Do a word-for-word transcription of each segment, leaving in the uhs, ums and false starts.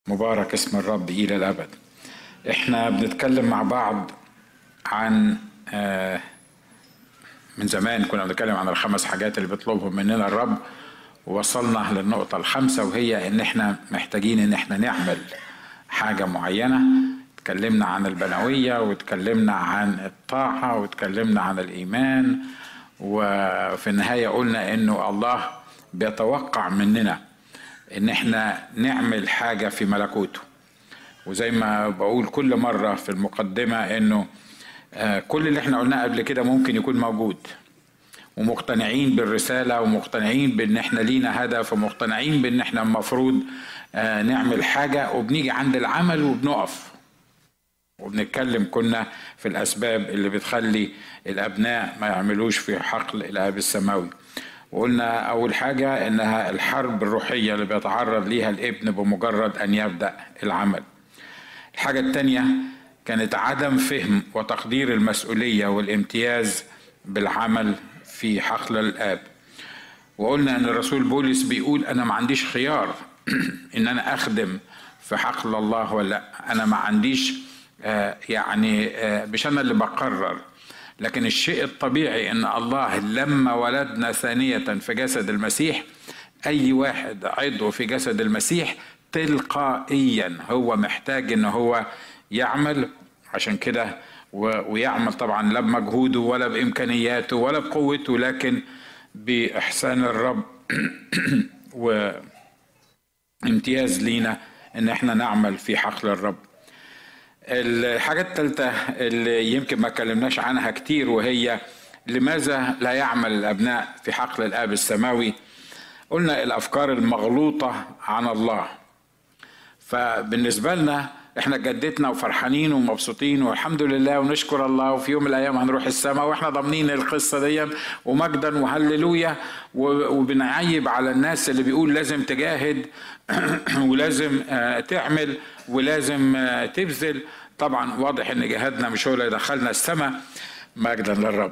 مبارك اسم الرب إلى الأبد. احنا بنتكلم مع بعض عن آه من زمان كنا بنتكلم عن الخمس حاجات اللي بيطلبهم مننا الرب، ووصلنا للنقطة الخامسة وهي ان احنا محتاجين ان احنا نعمل حاجة معينة. اتكلمنا عن البنوية واتكلمنا عن الطاعة واتكلمنا عن الإيمان، وفي النهاية قلنا انه الله بيتوقع مننا ان احنا نعمل حاجة في ملكوته. وزي ما بقول كل مرة في المقدمة انه كل اللي احنا قلناه قبل كده ممكن يكون موجود، ومقتنعين بالرسالة ومقتنعين بان احنا لينا هدف ومقتنعين بان احنا المفروض نعمل حاجة، وبنيجي عند العمل وبنقف وبنتكلم. كنا في الاسباب اللي بتخلي الابناء ما يعملوش في حقل الاب السماوي، وقلنا أول حاجة إنها الحرب الروحية اللي بيتعرض ليها الابن بمجرد أن يبدأ العمل. الحاجة التانية كانت عدم فهم وتقدير المسؤولية والامتياز بالعمل في حقل الآب. وقلنا أن الرسول بولس بيقول أنا ما عنديش خيار إن أنا أخدم في حقل الله ولا أنا ما عنديش آه يعني آه مش أنا اللي بقرر، لكن الشيء الطبيعي ان الله لما ولدنا ثانية في جسد المسيح، اي واحد عضو في جسد المسيح تلقائيا هو محتاج ان هو يعمل. عشان كده ويعمل طبعا لا بمجهوده ولا بامكانياته ولا بقوته، لكن باحسان الرب وامتياز لينا ان احنا نعمل في حقل الرب. الحاجة الثالثة اللي يمكن ما كلمناش عنها كتير وهي لماذا لا يعمل الأبناء في حقل الآب السماوي. قلنا الأفكار المغلوطة عن الله. فبالنسبة لنا احنا جدتنا وفرحانين ومبسوطين والحمد لله ونشكر الله، وفي يوم من الأيام هنروح السماء واحنا ضامنين القصة دي ومجدا وهللويا، وبنعيب على الناس اللي بيقول لازم تجاهد ولازم تعمل ولازم تبذل. طبعا واضح ان جهادنا مش هو اللي يدخلنا السماء، مجدا للرب.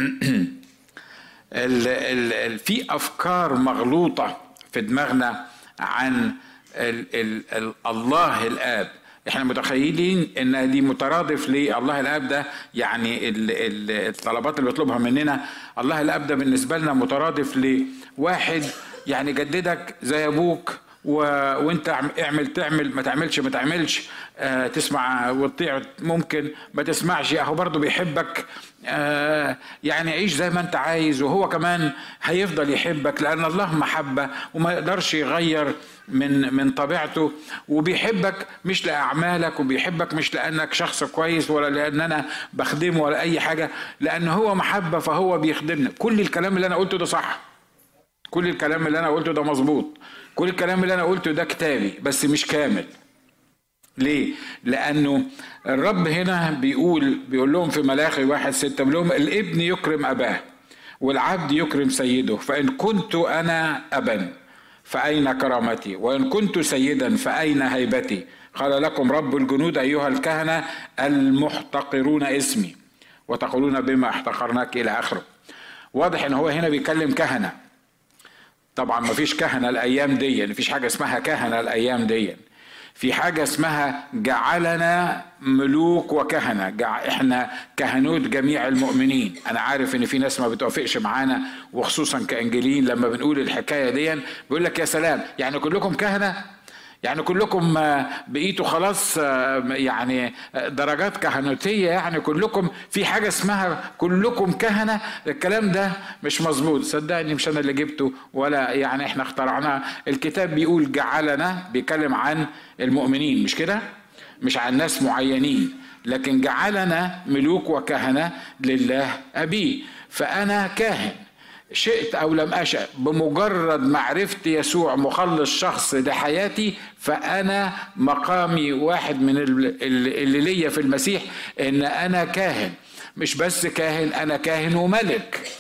ال ال في افكار مغلوطة في دماغنا عن ال ال ال الله الآب. احنا متخيلين ان دي مترادف لله الآب ده، يعني ال ال الطلبات اللي بيطلبها مننا الله الآب ده بالنسبة لنا مترادف لواحد يعني جددك زي ابوك، و... وانت اعمل تعمل ما تعملش ما تعملش آه تسمع وتطيع ممكن ما تسمعش، اهو برضو بيحبك آه يعني عيش زي ما انت عايز، وهو كمان هيفضل يحبك لان الله محبة وما يقدرش يغير من من طبيعته، وبيحبك مش لأعمالك وبيحبك مش لأنك شخص كويس ولا لأن أنا بخدمه ولا أي حاجة، لأن هو محبة فهو بيخدمنا. كل الكلام اللي أنا قلته ده صح، كل الكلام اللي أنا قلته ده مظبوط، كل الكلام اللي أنا قلته ده كتابي بس مش كامل. ليه؟ لأنه الرب هنا بيقول بيقول لهم في ملاخي واحد ستة، بيقول لهم الابن يكرم أباه والعبد يكرم سيده، فإن كنت أنا أبا فأين كرامتي، وإن كنت سيدا فأين هيبتي؟ قال لكم رب الجنود أيها الكهنة المحتقرون اسمي وتقولون بما احتقرناك إلى آخره. واضح إن هو هنا بيكلم كهنة. طبعا ما فيش كهنة الأيام دي، ما فيش حاجة اسمها كهنة الأيام دي، في حاجة اسمها جعلنا ملوك وكهنة. جع... احنا كهنوت جميع المؤمنين. انا عارف ان في ناس ما بتوافقش معانا وخصوصا كانجليين لما بنقول الحكاية دي، بيقول لك يا سلام يعني كلكم كهنة، يعني كلكم بقيتوا خلاص يعني درجات كهنوتية، يعني كلكم في حاجة اسمها كلكم كهنة. الكلام ده مش مظبوط، صدقني مش أنا اللي جبته ولا يعني احنا اخترعناه. الكتاب بيقول جعلنا، بيكلم عن المؤمنين مش كده، مش عن ناس معينين، لكن جعلنا ملوك وكهنة لله أبيه. فأنا كاهن شئت أو لم أشأ، بمجرد معرفتي يسوع مخلص شخص لحياتي فأنا مقامي واحد من اللي ليا في المسيح، إن أنا كاهن. مش بس كاهن، أنا كاهن وملك.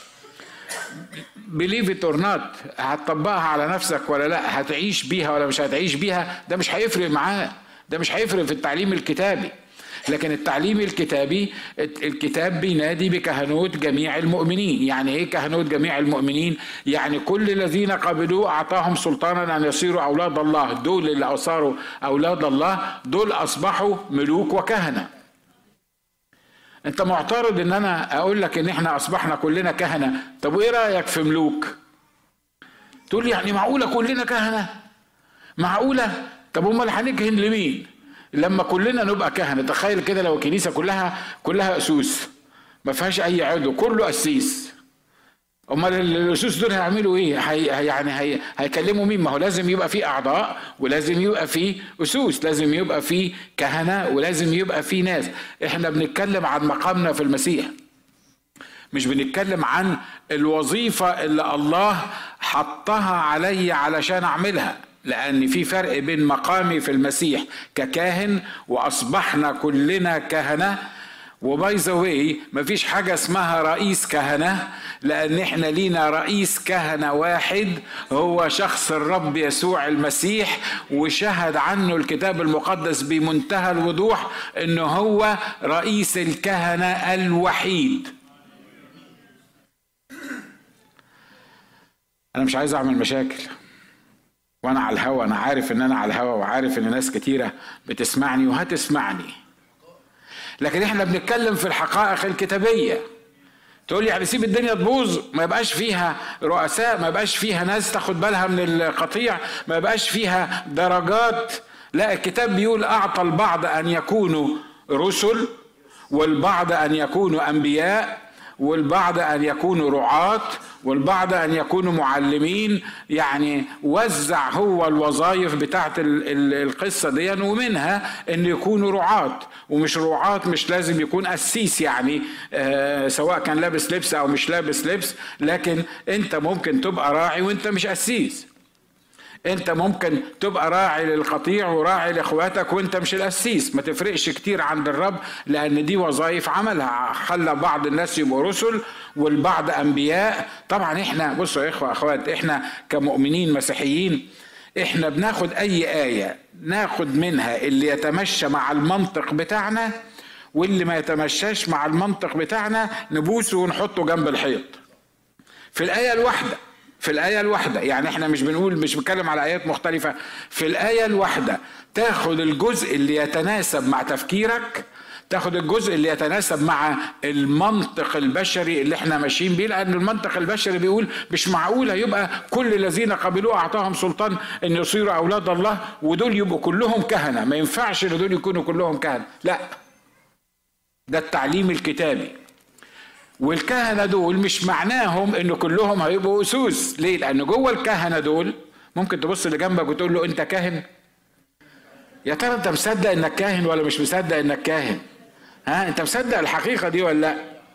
believe it or not، هتطبقها على نفسك ولا لا، هتعيش بيها ولا مش هتعيش بيها، ده مش هيفرق معاه، ده مش هيفرق في التعليم الكتابي. لكن التعليم الكتابي، الكتاب بينادي بكهنوت جميع المؤمنين. يعني ايه كهنوت جميع المؤمنين؟ يعني كل الذين قبلوه اعطاهم سلطانا ان يصيروا اولاد الله. دول اللي صاروا اولاد الله دول اصبحوا ملوك وكهنة. انت معترض ان انا اقول لك ان احنا اصبحنا كلنا كهنة؟ طب وايه رأيك في ملوك؟ تقول لي يعني معقولة كلنا كهنة؟ معقولة؟ طب امال هنكهن لمين لما كلنا نبقى كهنة؟ تخيل كده لو الكنيسة كلها كلها اسوس ما فيهاش اي عضو، كله قسيس، امال الاسوس دول هيعملوا ايه؟ هي يعني هي هيكلموا مين؟ ما هو لازم يبقى في اعضاء، ولازم يبقى في اسوس، لازم يبقى في كهنة، ولازم يبقى في ناس. احنا بنتكلم عن مقامنا في المسيح، مش بنتكلم عن الوظيفة اللي الله حطها علي علشان اعملها، لأن في فرق بين مقامي في المسيح ككاهن وأصبحنا كلنا كهنة. وباي ذا واي مفيش حاجة اسمها رئيس كهنة، لأن احنا لينا رئيس كهنة واحد هو شخص الرب يسوع المسيح، وشهد عنه الكتاب المقدس بمنتهى الوضوح انه هو رئيس الكهنة الوحيد. أنا مش عايز أعمل مشاكل وانا على الهوا، انا عارف ان انا على الهوا وعارف ان ناس كتيرة بتسمعني وهتسمعني، لكن احنا بنتكلم في الحقائق الكتابية. تقول لي يعني سيب الدنيا تبوظ، ما يبقاش فيها رؤساء، ما يبقاش فيها ناس تاخد بالها من القطيع، ما يبقاش فيها درجات. لا، الكتاب بيقول اعطى البعض ان يكونوا رسل، والبعض ان يكونوا انبياء، والبعض أن يكونوا رعاة، والبعض أن يكونوا معلمين. يعني وزع هو الوظائف بتاعت القصة دي، ومنها أن يكونوا رعاة. ومش رعاة مش لازم يكون قسيس يعني آه سواء كان لابس لبس أو مش لابس لبس، لكن أنت ممكن تبقى راعي وأنت مش قسيس. انت ممكن تبقى راعي للقطيع وراعي لاخواتك وانت مش القسيس، ما تفرقش كتير عند الرب، لان دي وظائف عملها. خلى بعض الناس يبقوا رسل والبعض انبياء. طبعا احنا بصوا يا اخوة اخوات، احنا كمؤمنين مسيحيين احنا بناخد اي آية ناخد منها اللي يتمشى مع المنطق بتاعنا، واللي ما يتمشاش مع المنطق بتاعنا نبوسه ونحطه جنب الحيط في الآية الواحدة. في الآية الواحدة يعني احنا مش بنقول مش بنتكلم على آيات مختلفة، في الآية الواحدة تاخد الجزء اللي يتناسب مع تفكيرك، تاخد الجزء اللي يتناسب مع المنطق البشري اللي احنا ماشيين بيه، لأن المنطق البشري بيقول مش معقولة يبقى كل الذين قبلوه أعطاهم سلطان أن يصيروا أولاد الله ودول يبقوا كلهم كهنة. ما ينفعش ان دول يكونوا كلهم كهنة، لا، ده التعليم الكتابي. والكهنة دول مش معناهم انه كلهم هيبقوا أسوس. ليه؟ لأن جوه الكهنة دول ممكن تبص اللي جنبك وتقول له انت كاهن؟ يا ترى انت مصدق انك كاهن ولا مش مصدق انك كاهن؟ ها، انت مصدق الحقيقة دي ولا لا؟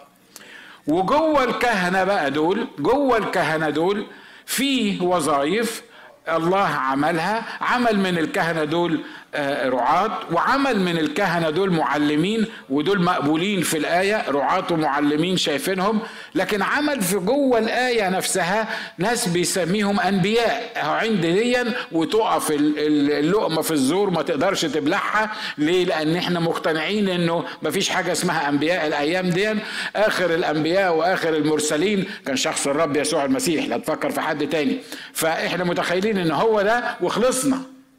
وجوه الكهنة بقى دول، جوه الكهنة دول في وظائف الله عملها. عمل من الكهنة دول رعاة، وعمل من الكهنة دول معلمين، ودول مقبولين في الآية، رعاة ومعلمين شايفينهم. لكن عمل في جوه الآية نفسها ناس بيسميهم أنبياء. عند ديا وتقف اللقمة في الزور ما تقدرش تبلعها. ليه؟ لأن احنا مقتنعين انه مفيش حاجة اسمها أنبياء الأيام دي. آخر الأنبياء وآخر المرسلين كان شخص الرب يسوع المسيح، لا تفكر في حد تاني. فاحنا متخيلين ان هو ده وخلصنا.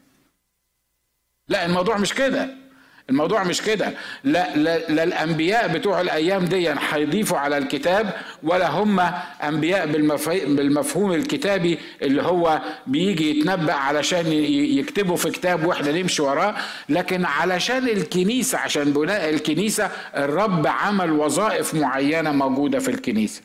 لا، الموضوع مش كده، الموضوع مش كده. لا, لا, لا الأنبياء بتوع الأيام دي هيضيفوا على الكتاب، ولا هم أنبياء بالمفهوم الكتابي اللي هو بيجي يتنبأ علشان يكتبوا في كتاب واحنا نمشي وراه. لكن علشان الكنيسة، عشان بناء الكنيسة، الرب عمل وظائف معينة موجودة في الكنيسة.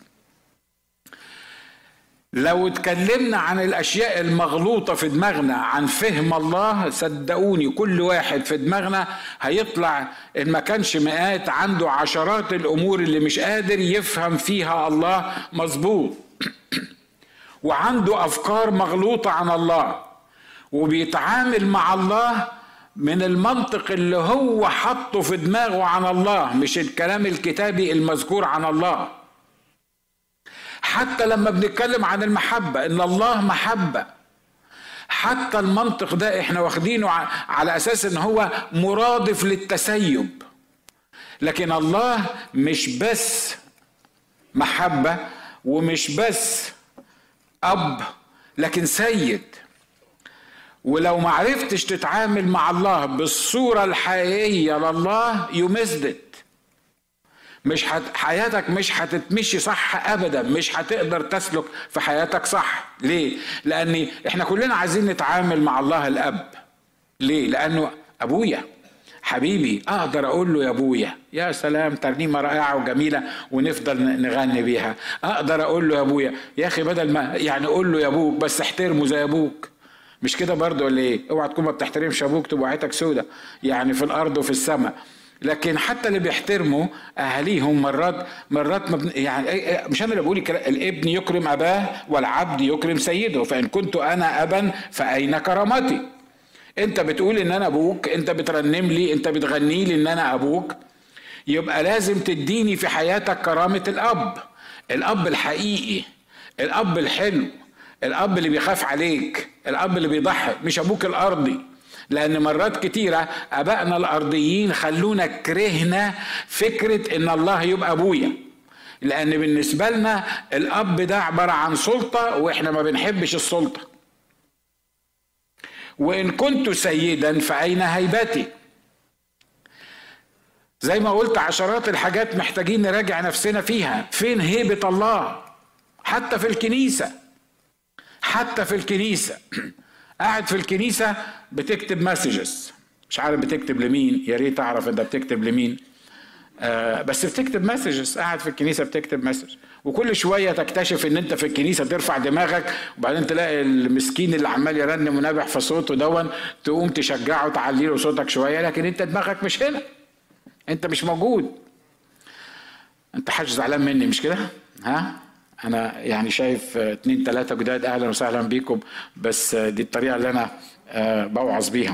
لو اتكلمنا عن الاشياء المغلوطة في دماغنا عن فهم الله، صدقوني كل واحد في دماغنا هيطلع ان ما كانش مئات عنده عشرات الامور اللي مش قادر يفهم فيها الله مظبوط، وعنده افكار مغلوطة عن الله، وبيتعامل مع الله من المنطق اللي هو حطه في دماغه عن الله، مش الكلام الكتابي المذكور عن الله. حتى لما بنتكلم عن المحبة، ان الله محبة، حتى المنطق ده احنا واخدينه على اساس ان هو مرادف للتسيب. لكن الله مش بس محبة ومش بس أب، لكن سيد. ولو ما عرفتش تتعامل مع الله بالصورة الحقيقية لله يمزدت، مش حت... حياتك مش هتتمشي صح ابدا، مش هتقدر تسلك في حياتك صح. ليه؟ لان احنا كلنا عايزين نتعامل مع الله الاب. ليه؟ لانه ابويا حبيبي، اقدر اقول له يا ابويا، يا سلام ترنيمه رائعه وجميله ونفضل نغني بيها. اقدر اقول له يا ابويا، يا اخي بدل ما يعني اقول له يا ابوك بس احترمه زي ابوك. مش كده برضه ولا ايه؟ اوعى تكون ما بتحترمش ابوك تبقى عيتك سودة يعني في الارض وفي السماء. لكن حتى اللي بيحترموا اهاليهم مرات مرات مبن... يعني مش انا اللي بقول الابن يكرم اباه والعبد يكرم سيده، فان كنت انا ابا فاين كرامتي؟ انت بتقول ان انا ابوك، انت بترنم لي، انت بتغني لي ان انا ابوك، يبقى لازم تديني في حياتك كرامة الاب، الاب الحقيقي، الاب الحلو، الاب اللي بيخاف عليك، الاب اللي بيضحي، مش ابوك الارضي. لان مرات كتيرة ابائنا الارضيين خلونا كرهنا فكرة ان الله يبقى ابويا، لان بالنسبة لنا الاب ده عبارة عن سلطة واحنا ما بنحبش السلطة. وان كنت سيدا فاين هيبتي؟ زي ما قلت عشرات الحاجات محتاجين نراجع نفسنا فيها. فين هيبة الله؟ حتى في الكنيسة، حتى في الكنيسة قاعد في الكنيسة بتكتب مسجز، مش عارف بتكتب لمين، يا ريت اعرف انت بتكتب لمين. آه بس بتكتب مسجز، قاعد في الكنيسة بتكتب مسج، وكل شوية تكتشف ان انت في الكنيسة ترفع دماغك، وبعدين تلاقي المسكين اللي عمال يرنم ونابح في صوته دون تقوم تشجعه وتعلي له صوتك شوية، لكن انت دماغك مش هنا، انت مش موجود. انت حاج زعلان مني مش كده؟ ها؟ انا يعني شايف اتنين تلاتة جداد، اهلا وسهلا بيكم، بس دي الطريقة اللي انا بوعظ بيها.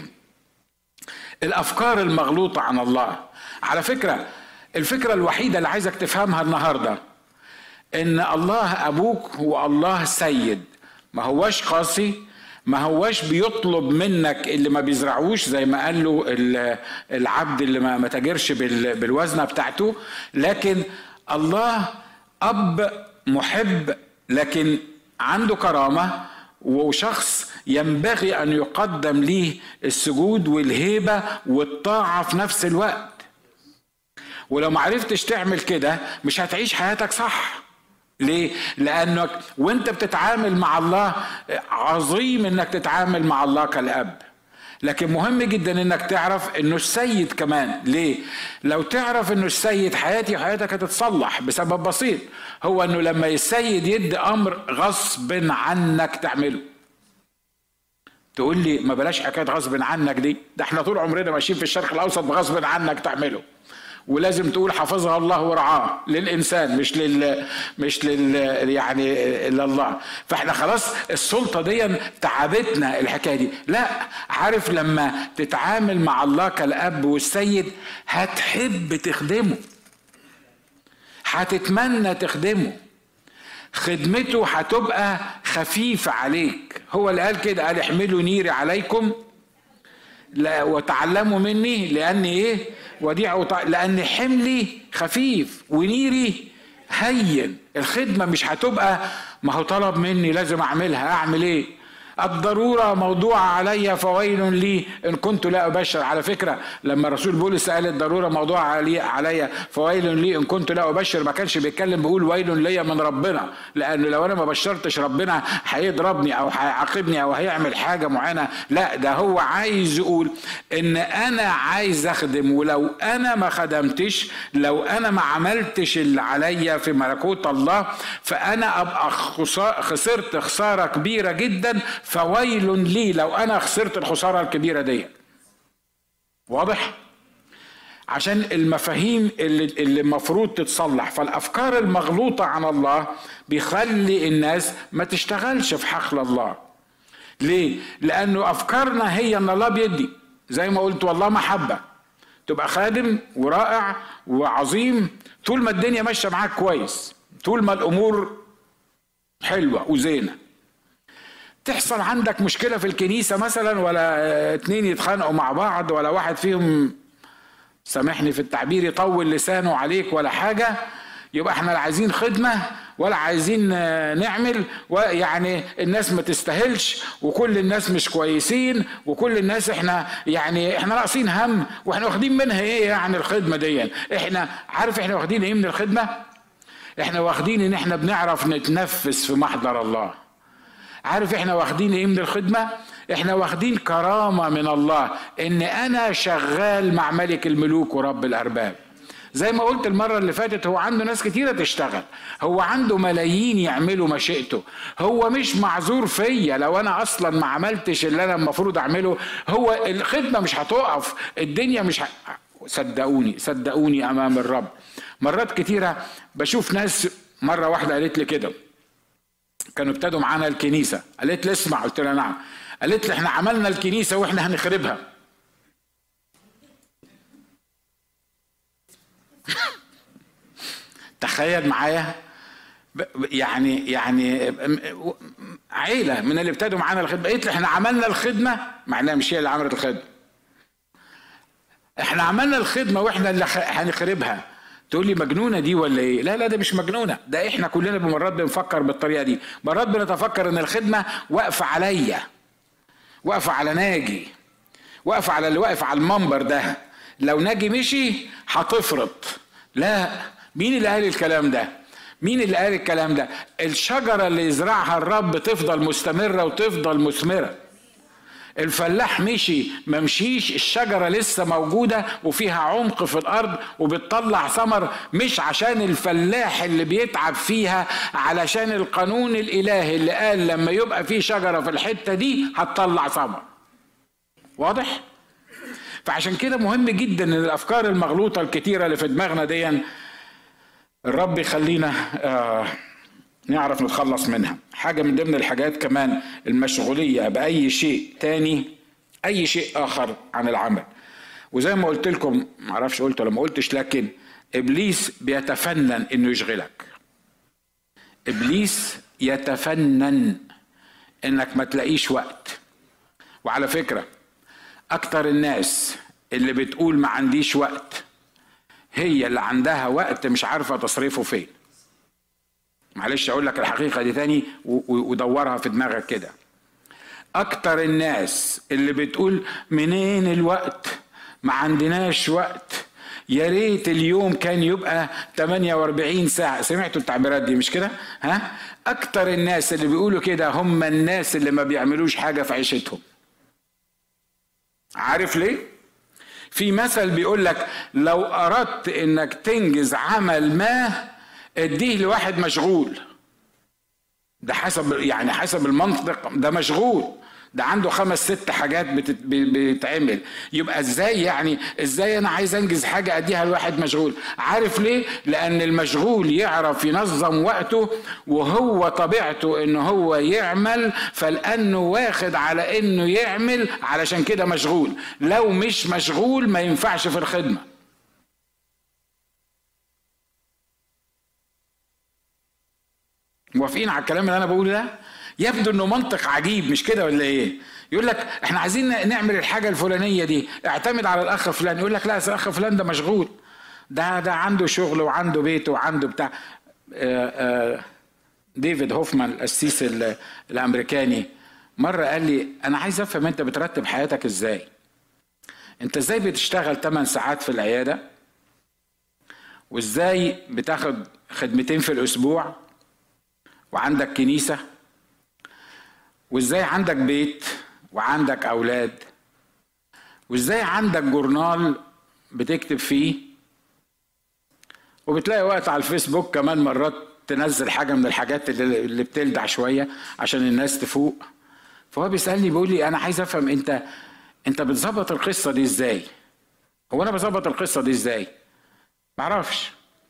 الافكار المغلوطة عن الله. على فكرة الفكرة الوحيدة اللي عايزك تفهمها النهاردة ان الله ابوك والله سيد، ما هواش قاسي، ما هواش بيطلب منك اللي ما بيزرعوش زي ما قال له العبد اللي ما تاجرش بالوزنة بتاعته، لكن الله اب محب لكن عنده كرامة، وشخص ينبغي أن يقدم ليه السجود والهيبة والطاعة في نفس الوقت. ولو ما عرفتش تعمل كده مش هتعيش حياتك صح. ليه؟ لأنك وانت بتتعامل مع الله عظيم انك تتعامل مع الله كالأب، لكن مهم جدا انك تعرف انه السيد كمان. ليه؟ لو تعرف انه السيد حياتي وحياتك هتتصلح بسبب بسيط، هو انه لما السيد يدي امر غصب عنك تعمله. تقول لي ما بلاش حكاية غصب عنك دي، ده احنا طول عمرنا ماشيين في الشرق الاوسط بغصب عنك تعمله، ولازم تقول حفظها الله ورعاه للانسان مش لل مش لل يعني لله. فاحنا خلاص السلطه دي تعبتنا الحكايه دي. لا، عارف لما تتعامل مع الله كالاب والسيد هتحب تخدمه، هتتمنى تخدمه، خدمته هتبقى خفيفه عليك. هو اللي قال كده، قال احملوا نيري عليكم لا وتعلموا مني لاني ايه وديع وطع... لان حملي خفيف ونيري هين. الخدمه مش هتبقى ما هو طلب مني لازم اعملها، اعمل ايه؟ الضروره موضوعه عليا فويل لي ان كنت لا ابشر. على فكره لما الرسول بولس قال الضروره موضوعه عليا فويل لي ان كنت لا ابشر، ما كانش بيتكلم بيقول ويل ليا من ربنا، لانه لو انا ما بشرتش ربنا هيضربني او هيعاقبني او هيعمل حاجه معينه. لا، ده هو عايز يقول ان انا عايز اخدم، ولو انا ما خدمتش، لو انا ما عملتش اللي عليا في ملكوت الله، فانا ابقى خسرت خساره كبيره جدا، فويل لي لو انا خسرت الخساره الكبيره دي. واضح؟ عشان المفاهيم اللي اللي المفروض تتصلح. فالافكار المغلوطه عن الله بيخلي الناس ما تشتغلش في حقل الله. ليه؟ لانه افكارنا هي ان الله بيدي، زي ما قلت والله محبه، تبقى خادم ورائع وعظيم طول ما الدنيا ماشيه معاك كويس، طول ما الامور حلوه وزينه. تحصل عندك مشكلة في الكنيسة مثلا، ولا اتنين يتخانقوا مع بعض، ولا واحد فيهم سامحني في التعبير، يطول لسانه عليك ولا حاجة، يبقى احنا لا عايزين خدمة ولا عايزين نعمل، ويعني الناس ما تستاهلش، وكل الناس مش كويسين، وكل الناس احنا يعني احنا ناقصين هم، واحنا واخدين منها ايه يعني الخدمة دي؟ احنا عارف احنا واخدين ايه من الخدمة؟ احنا واخدين ان احنا بنعرف نتنفس في محضر الله. عارف احنا واخدين ايه من الخدمة؟ احنا واخدين كرامة من الله، ان انا شغال مع ملك الملوك ورب الارباب. زي ما قلت المرة اللي فاتت، هو عنده ناس كتيرة تشتغل، هو عنده ملايين يعملوا مشيئته، هو مش معذور فيا لو انا اصلا ما عملتش اللي انا المفروض اعمله. هو الخدمة مش هتقف، الدنيا مش ه... صدقوني صدقوني امام الرب. مرات كتيرة بشوف ناس، مرة واحدة قالت لي كده، كانوا ابتدوا معانا الكنيسة، قالت لي اسمع، قلت لها نعم، قالت لي احنا عملنا الكنيسة واحنا هنخربها. تخيل معايا، يعني يعني عيلة من اللي ابتدوا معانا الخدمة قالت لي احنا عملنا الخدمة، معناها مش هي اللي عملت الخدمة، احنا عملنا الخدمة واحنا اللي هنخربها. تقول لي مجنونة دي ولا ايه؟ لا لا، ده مش مجنونة، ده احنا كلنا بمرات بنفكر بالطريقة دي. مرات بنتفكر ان الخدمة واقفة عليا، واقفة على ناجي، واقفة على اللي واقف على المنبر ده، لو ناجي مشي هتفرط. لا، مين اللي قال الكلام ده؟ مين اللي قال الكلام ده؟ الشجرة اللي يزرعها الرب تفضل مستمرة وتفضل مثمرة. الفلاح مشي ما مشيش، الشجرة لسه موجودة وفيها عمق في الأرض وبتطلع ثمر، مش عشان الفلاح اللي بيتعب فيها، علشان القانون الإلهي اللي قال لما يبقى في شجرة في الحتة دي هتطلع ثمر. واضح؟ فعشان كده مهم جدا ان الأفكار المغلوطة الكتيرة اللي في دماغنا دي الرب يخلينا آه نعرف نتخلص منها. حاجة من ضمن الحاجات كمان المشغولية بأي شيء تاني، أي شيء آخر عن العمل. وزي ما قلت لكم، معرفش قلت ولا ما قلتش، لكن إبليس بيتفنن إنه يشغلك. إبليس يتفنن إنك ما تلاقيش وقت. وعلى فكرة أكتر الناس اللي بتقول ما عنديش وقت هي اللي عندها وقت مش عارفة تصرفه فين. معلش اقول لك الحقيقة دي تاني ودورها في دماغك كده. اكتر الناس اللي بتقول منين الوقت، ما عندناش وقت، يا ريت اليوم كان يبقى ثمانية وأربعين ساعة. سمعتوا التعبيرات دي مش كده؟ ها؟ اكتر الناس اللي بيقولوا كده هم الناس اللي ما بيعملوش حاجة في عيشتهم. عارف ليه؟ في مثل بيقول لك لو اردت انك تنجز عمل ما اديه لواحد مشغول. ده حسب يعني حسب المنطق، ده مشغول، ده عنده خمس ست حاجات بتتعمل. يبقى ازاي يعني ازاي انا عايز انجز حاجة اديها لواحد مشغول؟ عارف ليه؟ لان المشغول يعرف ينظم وقته، وهو طبيعته انه هو يعمل، فلانه واخد على انه يعمل علشان كده مشغول. لو مش مشغول ما ينفعش في الخدمة. موافقين على الكلام اللي انا بقوله ده؟ يبدو انه منطق عجيب مش كده ولا ايه؟ يقول لك احنا عايزين نعمل الحاجه الفلانيه دي، اعتمد على الاخ فلان. يقول لك لا، الاخ فلان ده مشغول، ده ده عنده شغل وعنده بيت وعنده بتاع. آآ آآ ديفيد هوفمان القسيس الامريكاني مره قال لي انا عايز افهم انت بترتب حياتك ازاي؟ انت ازاي بتشتغل ثمان ساعات في العياده؟ وازاي بتاخد خدمتين في الاسبوع؟ وعندك كنيسة؟ وازاي عندك بيت وعندك اولاد؟ وازاي عندك جورنال بتكتب فيه؟ وبتلاقي وقت على الفيسبوك كمان مرات تنزل حاجة من الحاجات اللي, اللي بتلدع شوية عشان الناس تفوق. فهو بيسألني بيقول لي انا عايز افهم انت انت بتظبط القصة دي ازاي؟ هو انا بظبط القصة دي ازاي؟ معرفش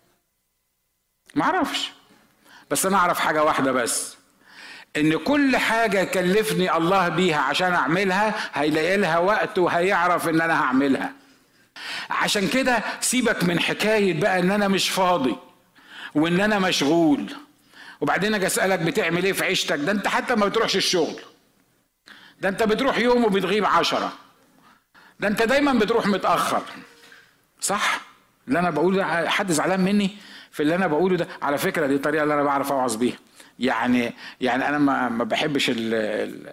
معرفش بس انا اعرف حاجة واحدة بس، ان كل حاجة كلفني الله بيها عشان اعملها هيلاقي لها وقت وهيعرف ان انا هعملها. عشان كده سيبك من حكاية بقى ان انا مش فاضي وان انا مشغول، وبعدين اجي اسألك بتعمل ايه في عيشتك؟ ده انت حتى ما بتروحش الشغل، ده انت بتروح يوم وبتغيب عشرة، ده انت دايما بتروح متأخر. صح؟ اللي انا بقوله ده حد زعلان مني في اللي انا بقوله ده؟ على فكره دي الطريقه اللي انا بعرف اوعظ بيها. يعني يعني انا ما ما بحبش ال ال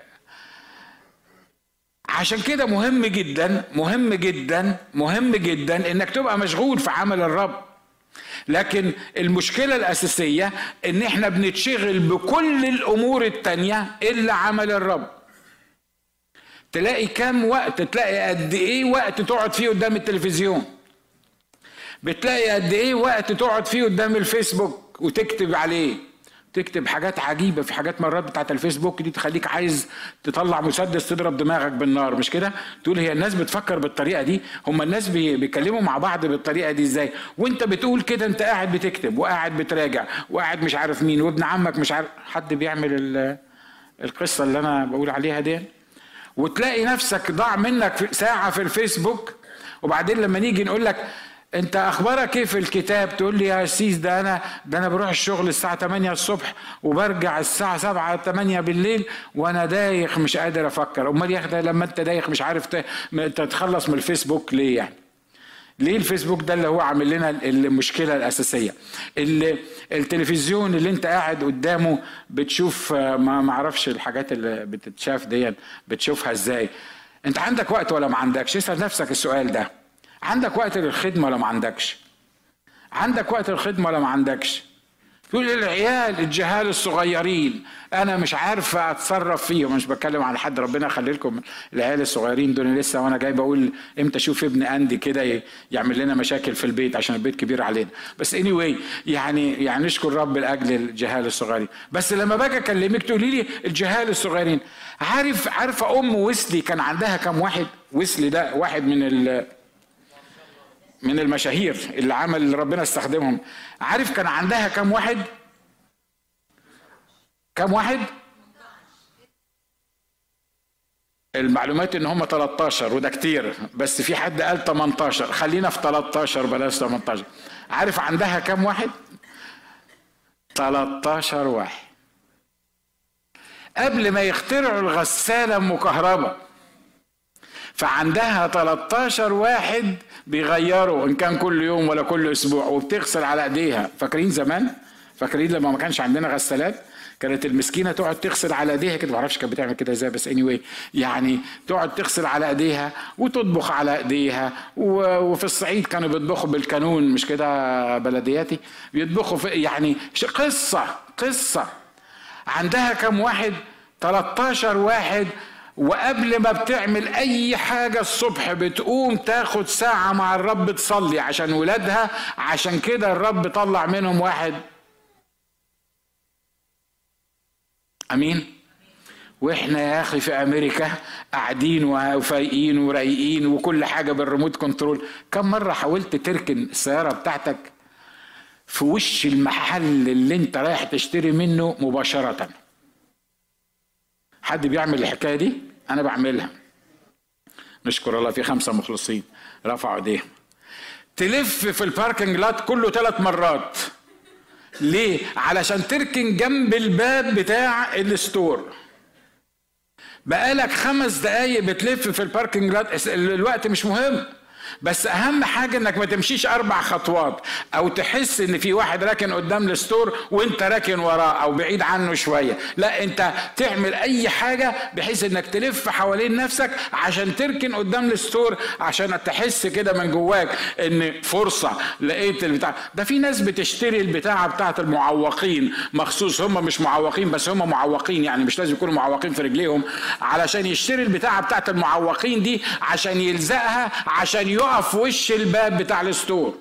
عشان كده مهم جدا مهم جدا مهم جدا انك تبقى مشغول في عمل الرب. لكن المشكله الاساسيه ان احنا بنتشغل بكل الامور التانيه الا عمل الرب. تلاقي كام وقت، تلاقي قد ايه وقت تقعد فيه قدام التلفزيون، بتلاقي قد ايه وقت تقعد فيه قدام الفيسبوك وتكتب عليه، تكتب حاجات عجيبة. في حاجات مرات بتاعت الفيسبوك دي تخليك عايز تطلع مسدس تضرب دماغك بالنار، مش كده؟ تقول هي الناس بتفكر بالطريقة دي؟ هم الناس بيكلموا مع بعض بالطريقة دي ازاي؟ وانت بتقول كده انت قاعد بتكتب وقاعد بتراجع وقاعد مش عارف مين وابن عمك مش عارف حد بيعمل القصة اللي انا بقول عليها دي. وتلاقي نفسك ضاع منك ساعة في الفيسبوك، وبعدين لما نيجي نقول لك انت اخبارك ايه في الكتاب تقول لي يا سيس ده انا ده انا بروح الشغل الساعه تمانية الصبح وبرجع الساعه سبعة تمانية بالليل وانا دايخ مش قادر افكر. امال يا اخي لما انت دايخ مش عارف تتخلص من الفيسبوك ليه؟ يعني ليه الفيسبوك ده اللي هو عامل لنا المشكله الاساسيه؟ اللي التلفزيون اللي انت قاعد قدامه بتشوف ما معرفش الحاجات اللي بتتشاف دي بتشوفها ازاي؟ انت عندك وقت ولا ما عندكش؟ اسال نفسك السؤال ده. عندك وقت للخدمة ولا ما عندكش؟ عندك وقت للخدمة ولا ما عندكش؟ تقول العيال الجهال الصغيرين انا مش عارف اتصرف فيهم. مش بتكلم على حد، ربنا يخلي لكم العيال الصغيرين دول لسه، وانا جاي بقول امتى اشوف ابن اندي كده يعمل لنا مشاكل في البيت عشان البيت كبير علينا. بس anyway يعني يعني نشكر رب لاجل الجهال الصغيرين. بس لما باجي اكلمك تقولي لي الجهال الصغيرين. عارف عارفه ام ويسلي كان عندها كم واحد؟ ويسلي ده واحد من ال من المشاهير اللي عمل اللي ربنا استخدمهم. عارف كان عندها كم واحد؟ كم واحد؟ المعلومات ان هم تلتاشر وده كتير، بس في حد قال تمنتاشر، خلينا في تلتاشر بلاش تمنتاشر. عارف عندها كم واحد؟ تلتاشر واحد. قبل ما يخترعوا الغسالة ام كهرباء فعندها تلتاشر واحد بيغيروا ان كان كل يوم ولا كل اسبوع، وبتغسل على ايديها. فاكرين زمان؟ فاكرين لما ما كانش عندنا غسالات كانت المسكينه تقعد تغسل على ايديها كده؟ ما اعرفش كانت بتعمل كده ازاي، بس anyway يعني تقعد تغسل على ايديها وتطبخ على ايديها. وفي الصعيد كانوا بيطبخوا بالكانون، مش كده بلدياتي؟ بيطبخوا في يعني قصه قصه. عندها كم واحد؟ تلتاشر واحد. وقبل ما بتعمل اي حاجة الصبح بتقوم تاخد ساعة مع الرب تصلي عشان ولادها. عشان كده الرب طلع منهم واحد. امين. واحنا يا اخي في امريكا قاعدين وفايقين ورايقين وكل حاجة بالريموت كنترول. كم مرة حاولت تركن السيارة بتاعتك في وش المحل اللي انت رايح تشتري منه مباشرة؟ حد بيعمل الحكايه دي؟ انا بعملها. نشكر الله في خمسه مخلصين رفعوا ايديهم. تلف في الباركنج لات كله ثلاث مرات. ليه؟ علشان تركن جنب الباب بتاع الستور. بقالك خمس دقايق بتلف في الباركنج لات. الوقت مش مهم، بس اهم حاجه انك ما تمشيش اربع خطوات او تحس ان في واحد راكن قدام الستور وانت راكن وراه او بعيد عنه شويه. لا، انت تعمل اي حاجه بحيث انك تلف حوالين نفسك عشان تركن قدام الستور، عشان تحس كده من جواك ان فرصه لقيت البتاع ده. في ناس بتشتري البتاعه بتاعه المعوقين مخصوص، هم مش معوقين بس هم معوقين، يعني مش لازم يكونوا معوقين في رجليهم، علشان يشتري البتاعه بتاعه المعوقين دي عشان يلزقها عشان يقف في وش الباب بتاع الستور.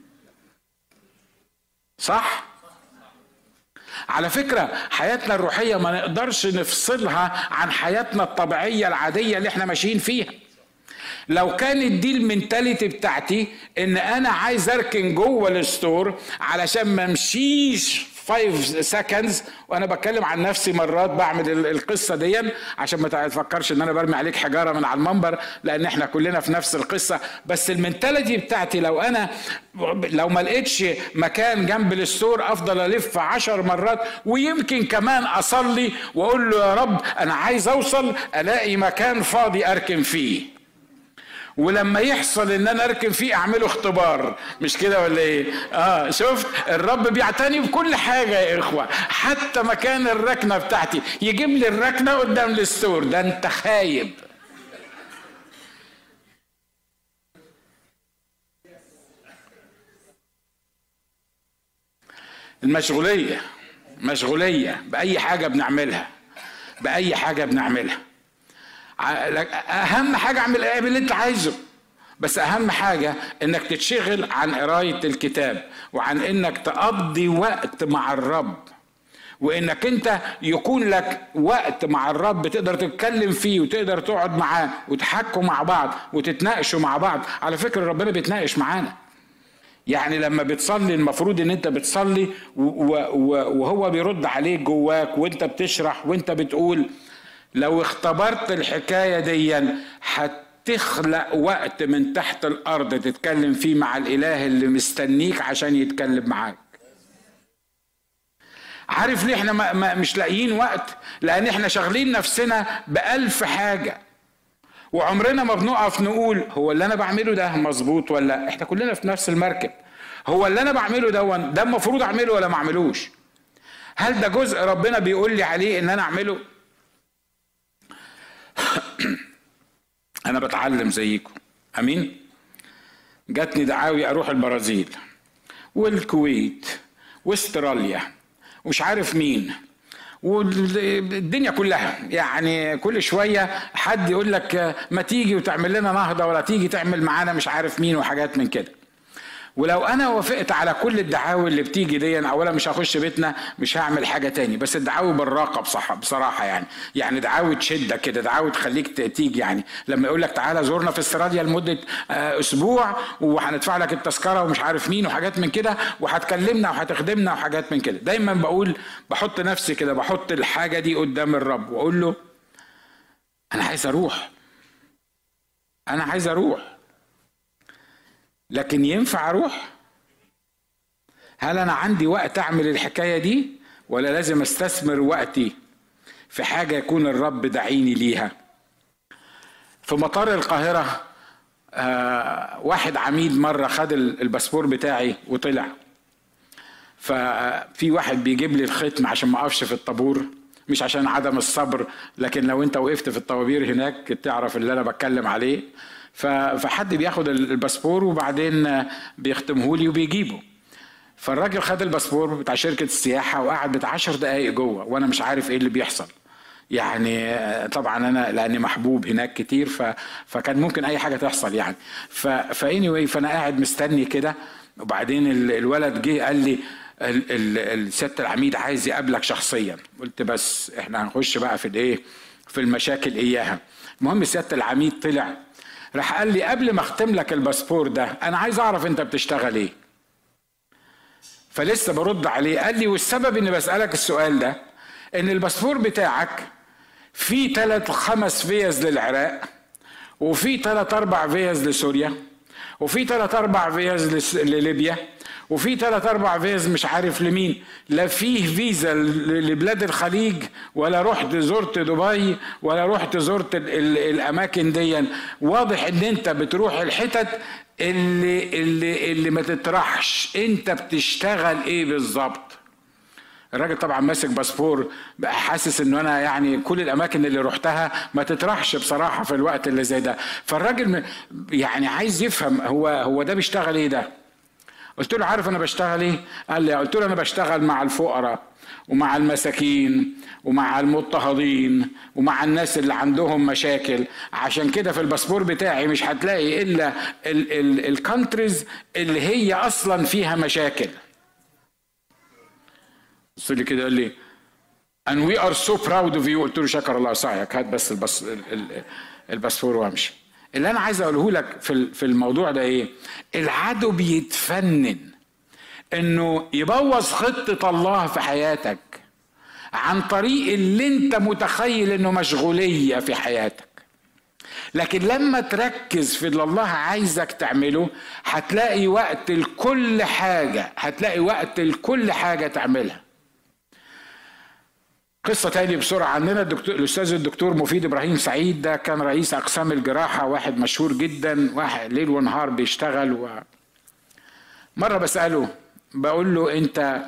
صح؟ على فكرة حياتنا الروحية ما نقدرش نفصلها عن حياتنا الطبيعية العادية اللي احنا ماشيين فيها. لو كانت دي المنتاليتي بتاعتي ان انا عايز اركن جوه الستور علشان ما امشيش خمس سكندز، وانا بتكلم عن نفسي مرات بعمل القصه دي عشان ما تفكرش ان انا برمي عليك حجاره من على المنبر، لان احنا كلنا في نفس القصه. بس المنتاليتي بتاعتي لو انا لو ما لقيتش مكان جنب الستور افضل الف عشر مرات، ويمكن كمان اصلي واقول له يا رب انا عايز اوصل الاقي مكان فاضي اركن فيه. ولما يحصل ان انا اركن فيه اعمله اختبار، مش كده ولا ايه؟ اه شفت الرب بيعتني بكل حاجه يا اخوه، حتى مكان الركنه بتاعتي يجيب لي الركنه قدام الستور. ده انت خايب. المشغوليه مشغوليه باي حاجه بنعملها، باي حاجه بنعملها. اهم حاجه اعمل اللي انت عايزه، بس اهم حاجه انك تتشغل عن قرايه الكتاب، وعن انك تقضي وقت مع الرب، وانك انت يكون لك وقت مع الرب تقدر تتكلم فيه وتقدر تقعد معاه وتحكوا مع بعض وتتناقشوا مع بعض. على فكره ربنا بيتناقش معانا، يعني لما بتصلي المفروض ان انت بتصلي وهو بيرد عليك جواك وانت بتشرح وانت بتقول. لو اختبرت الحكاية دي هتخلق وقت من تحت الارض تتكلم فيه مع الاله اللي مستنيك عشان يتكلم معاك. عارف ليه احنا ما ما مش لاقيين وقت؟ لان احنا شغلين نفسنا بألف حاجة، وعمرنا ما بنقف نقول هو اللي انا بعمله ده مظبوط ولا. احنا كلنا في نفس المركب. هو اللي انا بعمله ده ده المفروض اعمله ولا ما اعملوش؟ هل ده جزء ربنا بيقول لي عليه ان انا اعمله؟ انا بتعلم زيكم، امين. جاتني دعاوي اروح البرازيل والكويت واستراليا ومش عارف مين والدنيا كلها، يعني كل شوية حد يقول لك ما تيجي وتعمل لنا نهضة، ولا تيجي تعمل معانا مش عارف مين وحاجات من كده. ولو انا وافقت على كل الدعاوي اللي بتيجي دي، اولا مش هخش بيتنا، مش هعمل حاجة تاني. بس الدعاوي بالراقة بصح بصراحة يعني يعني دعاوي تشدك كده، دعاوي تخليك تيجي. يعني لما يقول لك تعالى زورنا في استراليا لمدة اسبوع وهندفع لك التذكرة ومش عارف مين وحاجات من كده، وهتكلمنا وهتخدمنا وحاجات من كده، دايما بقول بحط نفسي كده، بحط الحاجة دي قدام الرب واقول له انا عايز اروح، انا عايز اروح، لكن ينفع اروح؟ هل انا عندي وقت اعمل الحكاية دي، ولا لازم استثمر وقتي في حاجة يكون الرب دعيني ليها؟ في مطار القاهرة آه واحد عميد مرة خد الباسبور بتاعي وطلع، ففي واحد بيجيب لي الختم عشان ما اقفش في الطابور، مش عشان عدم الصبر، لكن لو انت وقفت في الطوابير هناك تعرف اللي انا بتكلم عليه. فحد بياخد الباسبور وبعدين بيختمه لي وبيجيبه. فالراجل خد الباسبور بتاع شركة السياحة وقعد بتاع عشر دقايق جوه، وانا مش عارف ايه اللي بيحصل. يعني طبعا انا لاني محبوب هناك كتير ف... فكان ممكن اي حاجة تحصل يعني. ف... فاني فانا قاعد مستني كده، وبعدين الولد جه قال لي السيادة العميد عايز يقابلك شخصيا. قلت بس احنا هنخش بقى في الايه، في المشاكل اياها. المهم سيادة العميد طلع راح قال لي قبل ما اختم لك الباسبور ده انا عايز اعرف انت بتشتغل ايه. فلسه برد عليه، قال لي والسبب اني بسألك السؤال ده ان الباسبور بتاعك فيه ثلاث خمس فيز للعراق، وفي ثلاث اربع فيز لسوريا، وفي ثلاث اربع فيز لليبيا، وفي ثلاث اربع فيز مش عارف لمين. لا فيه فيزا لبلاد الخليج، ولا رحت زرت دبي، ولا رحت زرت ال ال الاماكن دي. واضح ان انت بتروح الحتت اللي اللي اللي ما تطرحش انت بتشتغل ايه بالظبط. الراجل طبعا ماسك باسبور بقى حاسس انه انا يعني كل الاماكن اللي رحتها ما تطرحش بصراحه في الوقت اللي زي ده. فالراجل يعني عايز يفهم هو هو ده بيشتغل ايه ده. قلت له عارف انا بشتغل ايه؟ قال لي. قلت له انا بشتغل مع الفقراء ومع المساكين ومع المضطهدين ومع الناس اللي عندهم مشاكل. عشان كده في الباسبور بتاعي مش هتلاقي الا الكونتريز اللي هي اصلا فيها مشاكل. بص لي كده قال لي and we are so proud of you. قلت له شكر الله سعيك، هات بس البس الباسبور وامشي. اللي انا عايز اقوله لك في في الموضوع ده ايه؟ العدو بيتفنن انه يبوظ خطة الله في حياتك عن طريق اللي انت متخيل انه مشغولية في حياتك. لكن لما تركز في اللي الله عايزك تعمله هتلاقي وقت لكل حاجة، هتلاقي وقت لكل حاجة تعملها. قصة تاني بسرعة عننا. الدكتور الأستاذ الدكتور مفيد إبراهيم سعيد ده كان رئيس أقسام الجراحة، واحد مشهور جدا، واحد ليل ونهار بيشتغل. و... مرة بسأله بقول له أنت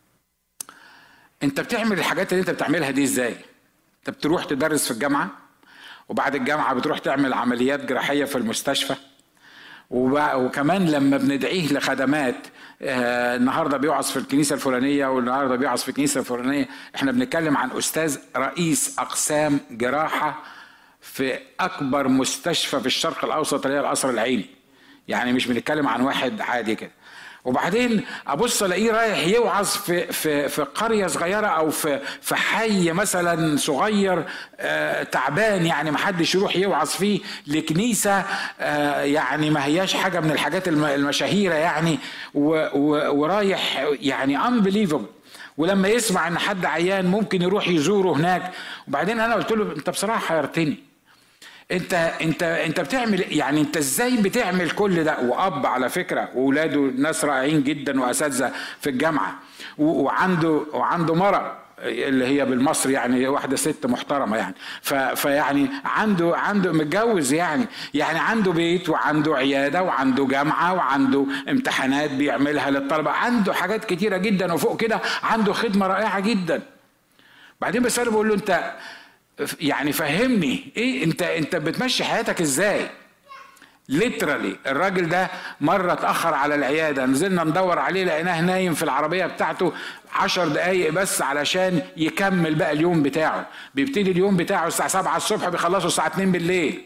أنت بتعمل الحاجات اللي أنت بتعملها دي إزاي؟ أنت بتروح تدرس في الجامعة، وبعد الجامعة بتروح تعمل عمليات جراحية في المستشفى، وكمان لما بندعيه لخدمات آه النهارده بيوعظ في الكنيسه الفلانيه والنهارده بيوعظ في الكنيسه الفلانيه. احنا بنتكلم عن استاذ رئيس اقسام جراحه في اكبر مستشفى في الشرق الاوسط اللي هي القصر العيني، يعني مش بنتكلم عن واحد عادي كده. وبعدين ابص الاقيه رايح يوعظ في في في قريه صغيره او في في حي مثلا صغير آه تعبان، يعني ما حدش يروح يوعظ فيه، لكنيسه آه يعني ما هياش حاجه من الحاجات المشاهيره يعني، ورايح يعني unbelievable. ولما يسمع ان حد عيان ممكن يروح يزوره هناك. وبعدين انا قلت له انت بصراحه حيرتني، انت انت انت بتعمل يعني انت ازاي بتعمل كل ده؟ واب على فكره، واولاده ناس رائعين جدا واساتذه في الجامعه، وعنده وعنده مره اللي هي بالمصري يعني واحده ست محترمه يعني، فيعني عنده عنده متجوز يعني يعني عنده بيت وعنده عياده وعنده جامعه وعنده امتحانات بيعملها للطلبه، عنده حاجات كتيره جدا، وفوق كده عنده خدمه رائعه جدا. بعدين بساله بقول له انت يعني فهمني ايه انت انت بتمشي حياتك ازاي؟ ليترالي الراجل ده مره اتاخر على العياده، نزلنا ندور عليه لقيناه نايم في العربيه بتاعته عشر دقايق بس علشان يكمل بقى اليوم بتاعه. بيبتدي اليوم بتاعه الساعه سبعة الصبح بيخلصه الساعه اتنين بالليل.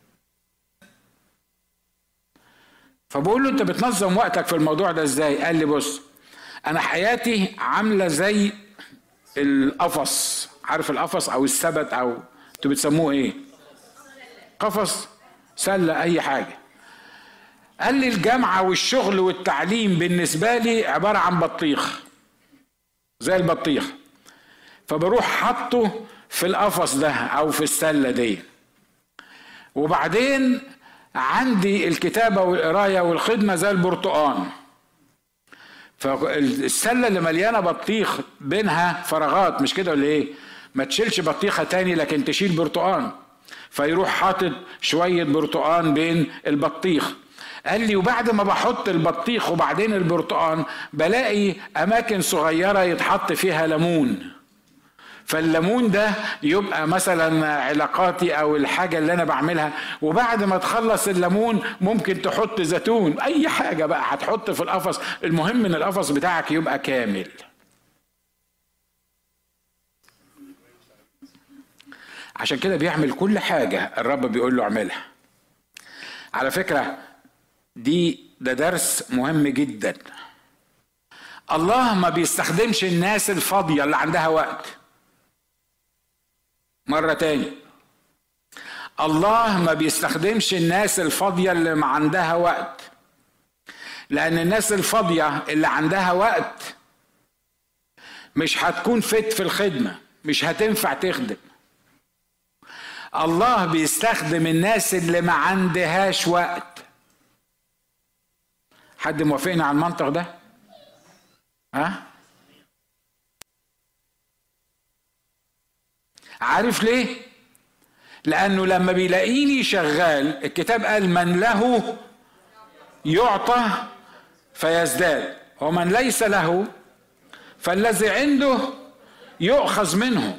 فبقول له انت بتنظم وقتك في الموضوع ده ازاي؟ قال لي بص انا حياتي عامله زي القفص، عارف القفص او السبت او انتوا بتسموه ايه؟ قفص، سله، اي حاجه. قال لي الجامعه والشغل والتعليم بالنسبه لي عباره عن بطيخ، زي البطيخ، فبروح حاطه في القفص ده او في السله دي. وبعدين عندي الكتابه والقرايه والخدمه زي البرتقان، فالسله اللي مليانه بطيخ بينها فراغات، مش كده ولا ايه؟ ما تشيلش بطيخه تاني لكن تشيل برتقان، فيروح حاطط شويه برتقان بين البطيخ. قال لي وبعد ما بحط البطيخ وبعدين البرتقان بلاقي اماكن صغيره يتحط فيها ليمون، فالليمون ده يبقى مثلا علاقاتي او الحاجه اللي انا بعملها. وبعد ما تخلص الليمون ممكن تحط زيتون، اي حاجه بقى هتحط في القفص، المهم ان القفص بتاعك يبقى كامل. عشان كده بيعمل كل حاجه الرب بيقول له اعملها. على فكره دي ده درس مهم جدا. الله ما بيستخدمش الناس الفاضيه اللي عندها وقت. مرة تاني، الله ما بيستخدمش الناس الفاضية اللي ما عندها وقت، لأن الناس الفاضية اللي عندها وقت مش هتكون فت في الخدمة، مش هتنفع تخدم. الله بيستخدم الناس اللي ما عندهاش وقت. حد موافقني على المنطق ده؟ ها؟ عارف ليه؟ لأنه لما بيلاقيني شغال، الكتاب قال من له يعطى فيزداد ومن ليس له فالذي عنده يؤخذ منه.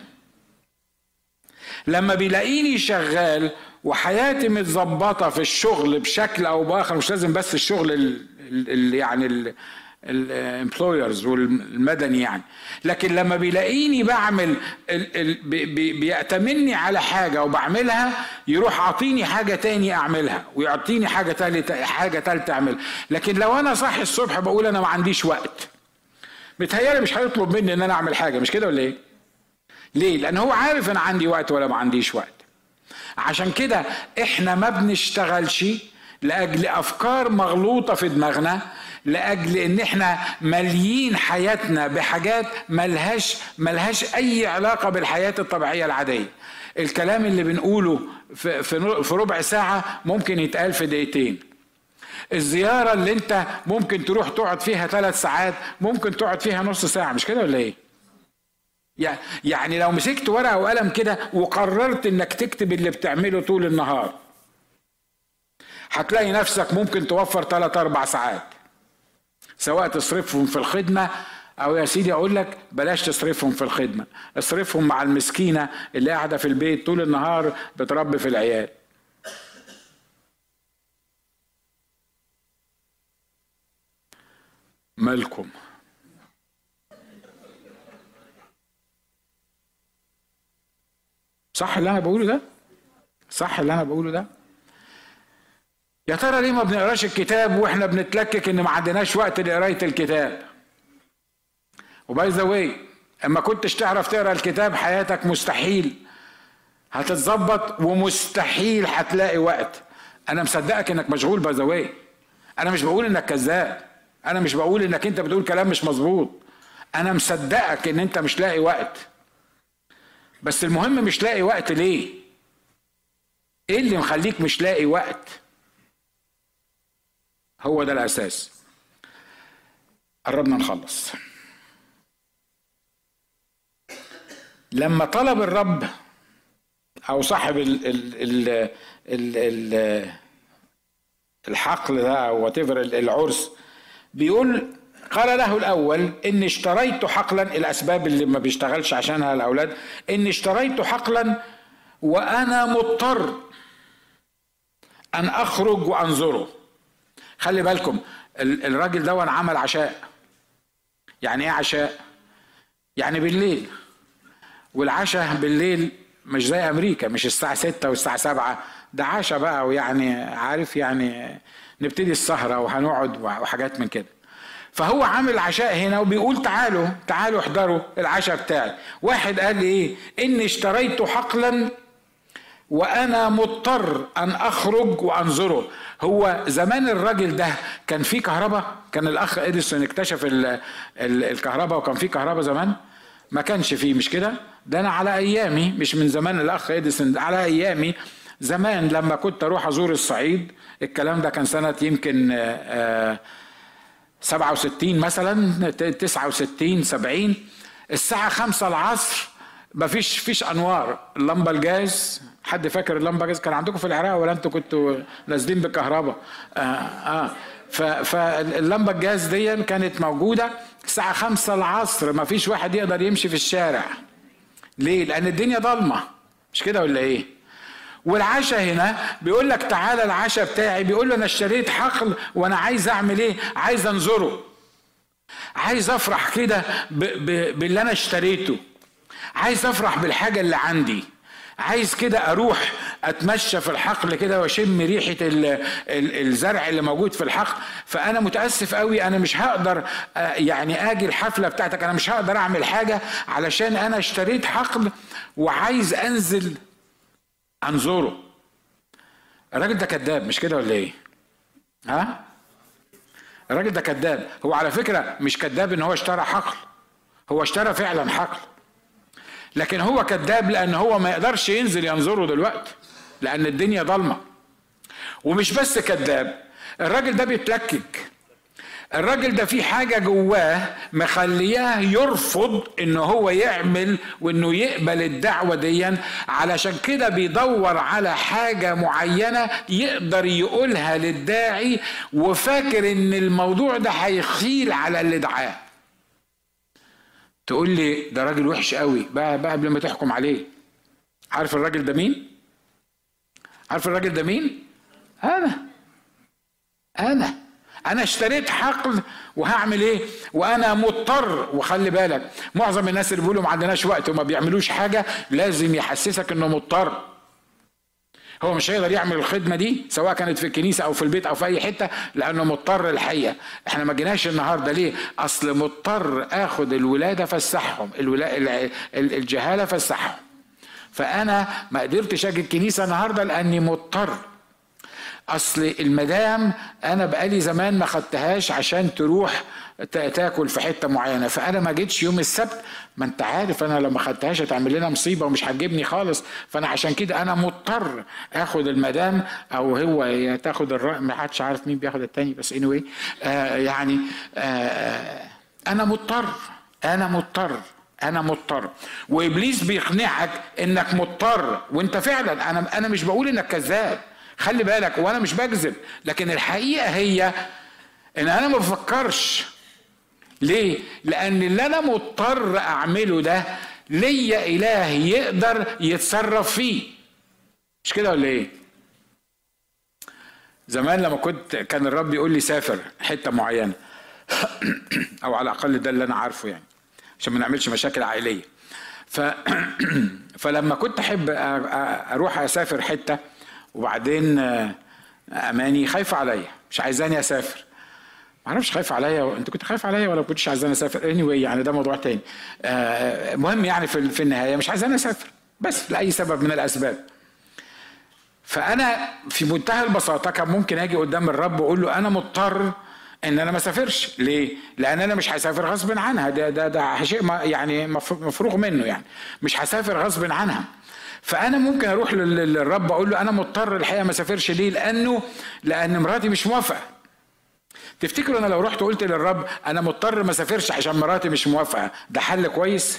لما بيلاقيني شغال وحياتي متظبطة في الشغل بشكل أو بآخر، مش لازم بس الشغل ال ال يعني ال الامبلويرز والمدني يعني، لكن لما بيلاقيني بعمل ال ال بي بيأتمني على حاجه وبعملها، يروح عاطيني حاجه تاني اعملها ويعطيني حاجه تالته حاجه تالته اعملها. لكن لو انا صاحي الصبح بقول انا ما عنديش وقت، متهيألي مش هيطلب مني ان انا اعمل حاجه، مش كده ولا ايه؟ ليه؟ لان هو عارف انا عندي وقت ولا ما عنديش وقت. عشان كده احنا ما بنشتغلش لاجل افكار مغلوطه في دماغنا، لاجل ان احنا ماليين حياتنا بحاجات ملهاش ملهاش اي علاقه بالحياه الطبيعيه العاديه. الكلام اللي بنقوله في في ربع ساعه ممكن يتقال في دقيقتين. الزياره اللي انت ممكن تروح تقعد فيها ثلاث ساعات ممكن تقعد فيها نص ساعه، مش كده ولا ايه؟ يعني لو مسكت ورقة وقلم كده وقررت انك تكتب اللي بتعمله طول النهار، هتلاقي نفسك ممكن توفر ثلاث اربع ساعات، سواء تصرفهم في الخدمة او يا سيدي اقول لك بلاش تصرفهم في الخدمة، اصرفهم مع المسكينة اللي قاعدة في البيت طول النهار بتربي في العيال. مالكم؟ صح اللي انا بقوله ده؟ صح اللي انا بقوله ده؟ يا ترى ليه ما بنقراش الكتاب واحنا بنتلكك ان ما عندناش وقت لقرايه الكتاب؟ وباي ذا واي، اما كنتش تعرف تقرا الكتاب حياتك مستحيل هتتظبط، ومستحيل هتلاقي وقت. انا مصدقك انك مشغول باي ذا واي، انا مش بقول انك كذاب، انا مش بقول انك انت بتقول كلام مش مظبوط، انا مصدقك ان انت مش لاقي وقت. بس المهم مش لاقي وقت ليه؟ ايه اللي مخليك مش لاقي وقت؟ هو ده الاساس. قربنا نخلص. لما طلب الرب او صاحب ال ال ال ال ال الحقل ده او whatever العرس، بيقول قال له الاول اني اشتريت حقلا، الاسباب اللي ما بيشتغلش عشانها الاولاد، اني اشتريت حقلا وانا مضطر ان اخرج وانظره. خلي بالكم الراجل ده عمل عشاء. يعني ايه عشاء؟ يعني بالليل، والعشاء بالليل مش زي امريكا، مش الساعه ستة والساعه سبعة، ده عشاء بقى، ويعني عارف يعني نبتدي السهره وهنقعد وحاجات من كده. فهو عامل عشاء هنا وبيقول تعالوا تعالوا احضروا العشاء بتاعي. واحد قال لي ايه؟ اني اشتريت حقلا وانا مضطر ان اخرج وانظره. هو زمان الراجل ده كان فيه كهرباء؟ كان الاخ اديسون اكتشف ال ال الكهرباء وكان فيه كهرباء زمان؟ ما كانش فيه، مش كده؟ ده انا على ايامي، مش من زمان الاخ اديسون، على ايامي زمان لما كنت اروح ازور الصعيد، الكلام ده كان سنة يمكن آه سبعة وستين مثلا، تسعة وستين سبعين، الساعة خمسة العصر مفيش فيش انوار، اللمبة الجاز. حد فاكر اللمبة الجاز؟ كان عندكم في العراق ولا انتوا كنتوا نازلين بالكهرباء؟ اه اه فاللمبة الجاز دي كانت موجودة الساعة خمسة العصر، مفيش واحد يقدر يمشي في الشارع. ليه؟ لان الدنيا ضلمة، مش كده ولا ايه؟ والعشاء هنا بيقول لك تعالى العشاء بتاعي، بيقول له انا اشتريت حقل وانا عايز اعمل ايه؟ عايز انظره، عايز افرح كده باللي انا اشتريته، عايز افرح بالحاجة اللي عندي، عايز كده اروح اتمشى في الحقل كده واشم ريحة ال ال الزرع اللي موجود في الحقل. فانا متأسف قوي، انا مش هقدر يعني اجي الحفلة بتاعتك، انا مش هقدر اعمل حاجة علشان انا اشتريت حقل وعايز انزل انظره. الراجل ده كذاب، مش كده ولا ايه؟ ها؟ الراجل ده كذاب. هو على فكرة مش كذاب ان هو اشترى حقل، هو اشترى فعلا حقل، لكن هو كذاب لان هو ما يقدرش ينزل ينظره دلوقتي لان الدنيا ضلمة. ومش بس كذاب، الراجل ده بيتلكك، الراجل ده في حاجة جواه مخلياه يرفض انه هو يعمل وانه يقبل الدعوة دي، علشان كده بيدور على حاجة معينة يقدر يقولها للداعي، وفاكر ان الموضوع ده هيخيل على اللي دعاه. تقول لي ده راجل وحش قوي بقى بقى قبل ما تحكم عليه. عارف الراجل ده مين؟ عارف الراجل ده مين؟ انا انا انا اشتريت حقل وهعمل ايه؟ وانا مضطر. وخلي بالك معظم الناس اللي بيقولوا ما عندناش وقت وما بيعملوش حاجة لازم يحسسك انه مضطر. هو مش هيقدر يعمل الخدمة دي سواء كانت في الكنيسة او في البيت او في اي حتة لانه مضطر. الحقيقة احنا ما جيناش النهاردة ليه؟ اصل مضطر اخد الولادة فسحهم، الجهالة فسحهم، فانا ما قدرتش اجي الكنيسة النهاردة لاني مضطر. اصل المدام انا بقالي زمان ما خدتهاش عشان تروح تاكل في حته معينه، فانا ما جيتش يوم السبت، ما انت عارف انا لو ما خدتهاش هتعمل لنا مصيبه ومش هتجيبني خالص، فانا عشان كده انا مضطر اخد المدام او هو تاخد الرأي، ما حدش عارف مين بياخد التاني بس anyway آه يعني آه انا مضطر انا مضطر انا مضطر. وابليس بيقنعك انك مضطر، وانت فعلا، انا انا مش بقول انك كذاب، خلي بالك، وانا مش بكذب، لكن الحقيقه هي ان انا ما بفكرش. ليه؟ لان اللي انا مضطر اعمله ده ليا اله يقدر يتصرف فيه. مش كده ولا ايه؟ زمان لما كنت كان الرب يقول لي سافر حته معينه او على الاقل ده اللي انا عارفه يعني، عشان ما نعملش مشاكل عائليه. ف فلما كنت احب اروح اسافر حته، وبعدين اماني خايفه عليا، مش عايزاني اسافر، ما اعرفش خايفه عليا، انت كنت خايف عليا ولا كنتش عايزاني اسافر؟ anyway يعني ده موضوع تاني. المهم يعني في في النهايه مش عايزاني اسافر، بس لاي سبب من الاسباب. فانا في منتهى البساطه كان ممكن اجي قدام الرب واقول له انا مضطر ان انا ما اسافرش. ليه؟ لان انا مش هسافر غصب عنها، ده ده ده شيء يعني مفروغ منه، يعني مش هسافر غصب عنها. فانا ممكن اروح للرب اقول له انا مضطر الحقيقه ما اسافرش. ليه؟ لانه لان مراتي مش موافقه. تفتكروا انا لو رحت قلت للرب انا مضطر ما اسافرش عشان مراتي مش موافقه، ده حل كويس؟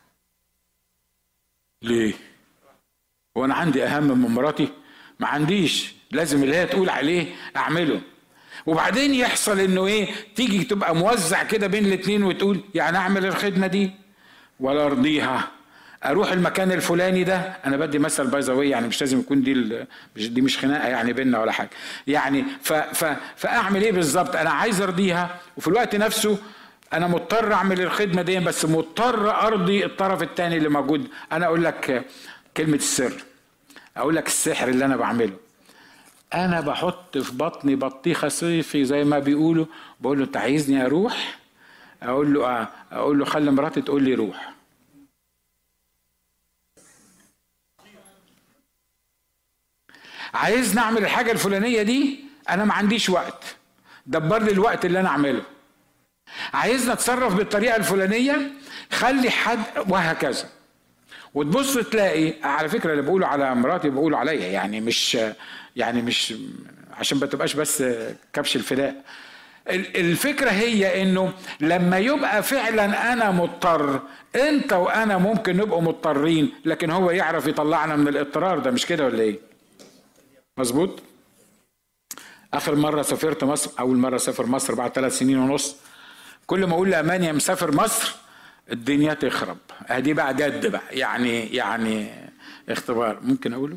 ليه؟ وانا عندي اهم من مراتي؟ ما عنديش، لازم اللي هي تقول عليه اعمله. وبعدين يحصل انه ايه، تيجي تبقى موزع كده بين الاثنين وتقول يعني اعمل الخدمه دي ولا ارضيها، اروح المكان الفلاني ده. انا بدي مثل باي ذا واي، يعني مش لازم يكون دي دي مش خناقه يعني بيننا ولا حاجه يعني. ف ف فاعمل ايه بالظبط؟ انا عايز ارضيها وفي الوقت نفسه انا مضطر اعمل الخدمه دي، بس مضطر ارضي الطرف الثاني اللي موجود. انا اقول لك كلمه السر، اقول لك السحر اللي انا بعمله. انا بحط في بطني بطيخه صيفي زي ما بيقولوا، بقول له انت عايزني اروح؟ اقول له اه، اقول له خلي مراتي تقول لي روح. عايز نعمل الحاجه الفلانيه دي، انا ما عنديش وقت، دبر لي الوقت اللي انا اعمله. عايزنا نتصرف بالطريقه الفلانيه، خلي حد، وهكذا. وتبص تلاقي، على فكره اللي بقوله على مراتي بقوله عليا، يعني مش يعني مش عشان ما تبقاش بس كبش الفداء. الفكره هي انه لما يبقى فعلا انا مضطر، انت وانا ممكن نبقى مضطرين، لكن هو يعرف يطلعنا من الاضطرار ده. مش كده ولا ايه؟ مظبوط. اخر مره سافرت مصر، اول مره سافر مصر بعد ثلاث سنين ونص، كل ما اقول لامانيا مسافر مصر الدنيا تخرب. ادي بقى جد بقى، يعني يعني اختبار ممكن اقوله.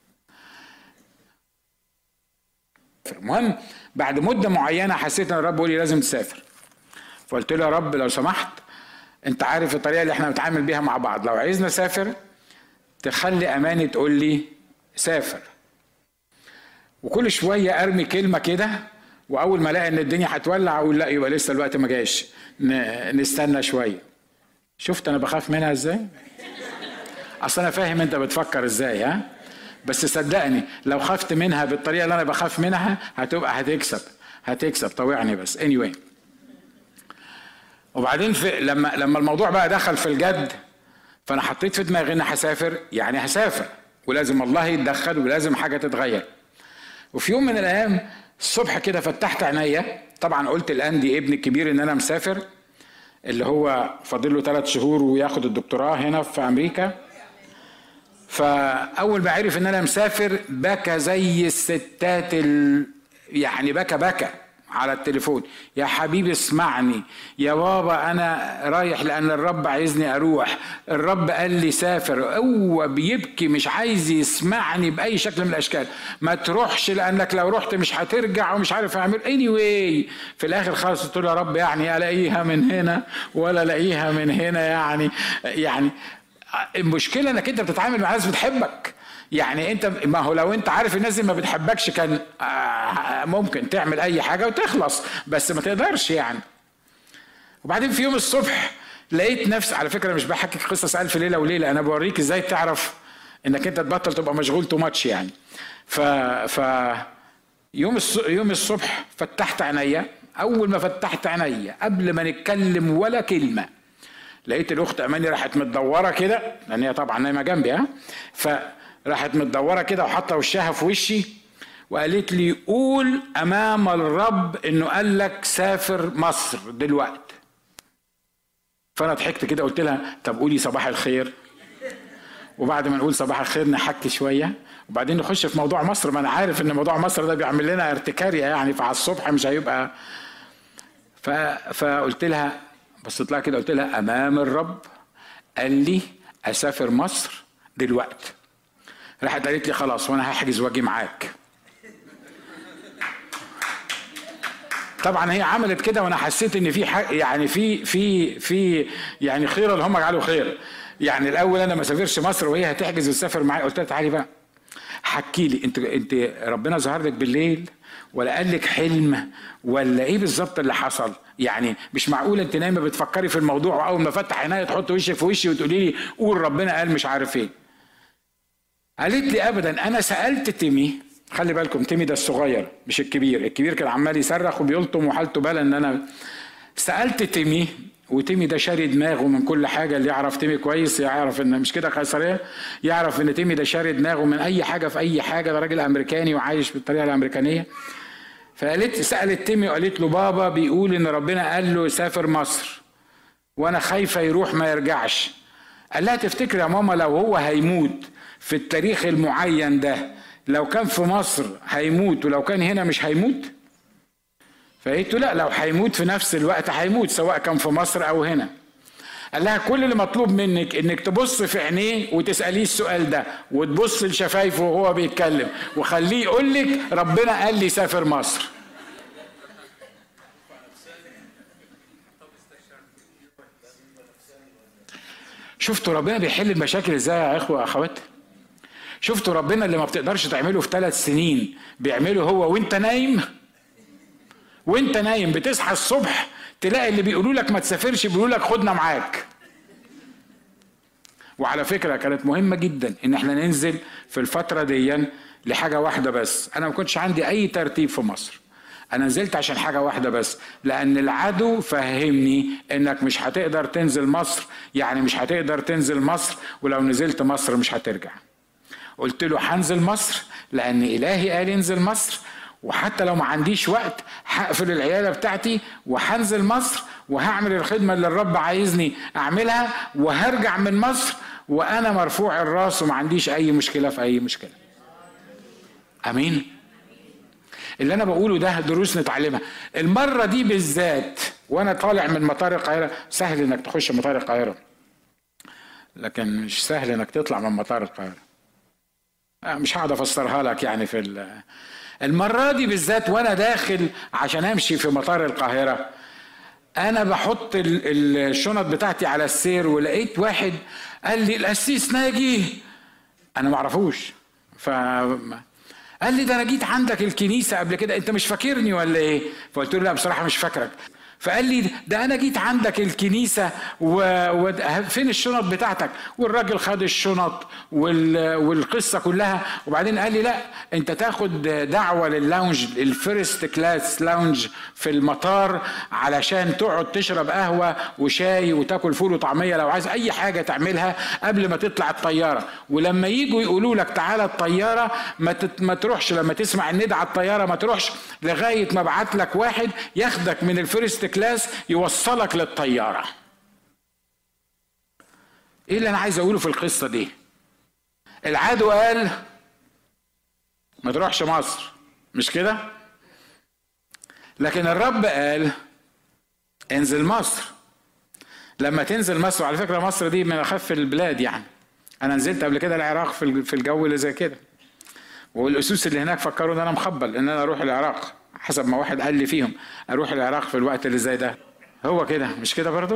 المهم بعد مده معينه حسيت ان الرب بيقول لي لازم تسافر. فقلت له يا رب لو سمحت، انت عارف الطريقه اللي احنا بنتعامل بيها مع بعض، لو عايزنا نسافر تخلي اماني تقول لي سافر. وكل شويه ارمي كلمه كده، واول ما الاقي ان الدنيا هتولع اقول لا يبقى لسه الوقت ما جاش، نستنى شويه. شفت انا بخاف منها ازاي؟ اصل انا فاهم انت بتفكر ازاي، ها؟ بس صدقني لو خفت منها بالطريقه اللي انا بخاف منها هتبقى هتكسب هتكسب طوعني بس. anyway وبعدين في لما لما الموضوع بقى دخل في الجد، فانا حطيت في دماغي ان هسافر، يعني هسافر ولازم الله يتدخل ولازم حاجه تتغير. وفي يوم من الايام الصبح كده فتحت عينيا، طبعا قلت لاندي ابني الكبير ان انا مسافر، اللي هو فاضل له ثلاث شهور وياخد الدكتوراه هنا في امريكا. فاول ما عرف ان انا مسافر بكى زي الستات ال... يعني بكى بكى على التليفون، يا حبيبي اسمعني يا بابا انا رايح لان الرب عايزني اروح، الرب قال لي سافر. هو بيبكي مش عايز يسمعني باي شكل من الاشكال. ما تروحش لانك لو رحت مش هترجع ومش عارف اعمل. anyway في الاخر خالص قلت له يا رب يعني الاقيها من هنا ولا الاقيها من هنا، يعني يعني المشكله انك انت بتتعامل مع ناس بتحبك. يعني انت ما هو لو انت عارف الناس اللي ما بتحبكش كان ممكن تعمل اي حاجه وتخلص، بس ما تقدرش يعني. وبعدين في يوم الصبح لقيت نفسي، على فكره مش بحكي قصص الف ليله وليله، انا بوريك ازاي تعرف انك انت تبطل تبقى مشغول تو ماتش يعني. ف ف يوم يوم الصبح فتحت عينيا، اول ما فتحت عينيا قبل ما نتكلم ولا كلمه لقيت الاخت اماني راحت متدوره كده، لان هي طبعا نايمه جنبي، ها، فراحت متدوره كده وحاطه وشها في وشي وقالت لي قول امام الرب انه قال لك سافر مصر دلوقتي. فانا ضحكت كده قلت لها طب قولي صباح الخير، وبعد ما نقول صباح الخير نحكي شويه وبعدين نخش في موضوع مصر. ما انا عارف ان موضوع مصر ده بيعمل لنا ارتكاريه يعني، فعلى الصبح مش هيبقى. ف... فقلت لها، بصيت لها كده قلت لها امام الرب قال لي اسافر مصر دلوقتي. راحت قالت لي خلاص وانا هحجز واجي معاك. طبعا هي عملت كده وانا حسيت ان في حق يعني في في في يعني خير اللي هم جعلوا خير. يعني الاول انا ما سافرش مصر وهي هتحجز وتسافر معايا. قلت لها تعالي بقى حكي لي انت انت ربنا ظهر لك بالليل ولا قال لك حلم ولا ايه بالظبط اللي حصل؟ يعني مش معقول انت نايمه بتفكري في الموضوع واول ما فتح عينيا تحط وشك في وشي وتقولي لي قول ربنا قال مش عارف ايه. قالت لي ابدا انا سالت تيمي. خلي بالكم تيمي ده الصغير مش الكبير، الكبير كان عمال يصرخ وبيلطم وحالته بلا ان انا سالت تيمي. وتيمي ده شاري دماغه من كل حاجه، اللي يعرف تيمي كويس يعرف ان مش كده قيصريه، يعرف ان تيمي ده شاري دماغه من اي حاجه في اي حاجه، ده راجل امريكاني وعايش بالطريقه الامريكانيه. فقالت سالت تيمي وقالت له بابا بيقول ان ربنا قال له سافر مصر وانا خايفه يروح ما يرجعش. قال لها تفتكر يا ماما لو هو هيموت في التاريخ المعين ده لو كان في مصر هيموت ولو كان هنا مش هيموت؟ فقالت له لا، لو هيموت في نفس الوقت هيموت سواء كان في مصر او هنا. قال لها كل اللي مطلوب منك انك تبص في عينيه وتساليه السؤال ده وتبص لشفايفه وهو بيتكلم وخليه يقول لك ربنا قال لي سافر مصر. شفتوا ربنا بيحل المشاكل ازاي يا اخوه واخوات؟ شفتوا ربنا اللي ما بتقدرش تعمله في ثلاث سنين بيعمله هو وانت نايم؟ وانت نايم بتصحى الصبح تلاقي اللي بيقولوا لك ما تسافرش بيقولوا لك خدنا معاك. وعلى فكرة كانت مهمة جدا ان احنا ننزل في الفترة دي لحاجة واحدة بس. انا ما كنتش عندي اي ترتيب في مصر، انا نزلت عشان حاجة واحدة بس، لان العدو فهمني انك مش هتقدر تنزل مصر، يعني مش هتقدر تنزل مصر ولو نزلت مصر مش هترجع. قلت له هنزل مصر لان الهي قال ينزل مصر، وحتى لو ما عنديش وقت هقفل العيادة بتاعتي وهنزل مصر وهعمل الخدمة اللي الرب عايزني اعملها وهرجع من مصر وانا مرفوع الراس وما عنديش اي مشكلة في اي مشكلة. امين. اللي انا بقوله ده دروس نتعلمها. المرة دي بالذات وانا طالع من مطار القاهرة، سهل انك تخش مطار القاهرة لكن مش سهل انك تطلع من مطار القاهرة. مش هقعد افسرها لك يعني. في المرة دي بالذات وانا داخل عشان امشي في مطار القاهرة انا بحط الشنط بتاعتي على السير ولقيت واحد قال لي القسيس ناجي، انا معرفوش. ف قال لي ده انا جيت عندك الكنيسة قبل كده، انت مش فاكرني ولا ايه؟ فقلت له لا بصراحة مش فاكرك. فقال لي ده انا جيت عندك الكنيسة وفين الشنط بتاعتك؟ والراجل خد الشنط وال... والقصة كلها. وبعدين قال لي لا انت تاخد دعوة لللاونج الفيرست كلاس لاونج في المطار علشان تقعد تشرب قهوة وشاي وتاكل فول وطعمية لو عايز اي حاجة تعملها قبل ما تطلع الطيارة، ولما يجوا يقولوا لك تعالى الطيارة ما, تت... ما تروحش، لما تسمع الندى على الطيارة ما تروحش لغاية ما بعت لك واحد ياخدك من الفيرست كلاس يوصلك للطيارة. ايه اللي انا عايز اقوله في القصة دي؟ العدو قال ما تروحش مصر، مش كده؟ لكن الرب قال انزل مصر. لما تنزل مصر، وعلى فكرة مصر دي من اخف البلاد، يعني انا نزلت قبل كده العراق في الجو اللي زي كده، والاسوس اللي هناك فكروا ان انا مخبل ان انا اروح العراق، حسب ما واحد قال لي فيهم اروح العراق في الوقت اللي زي ده. هو كده مش كده برضو؟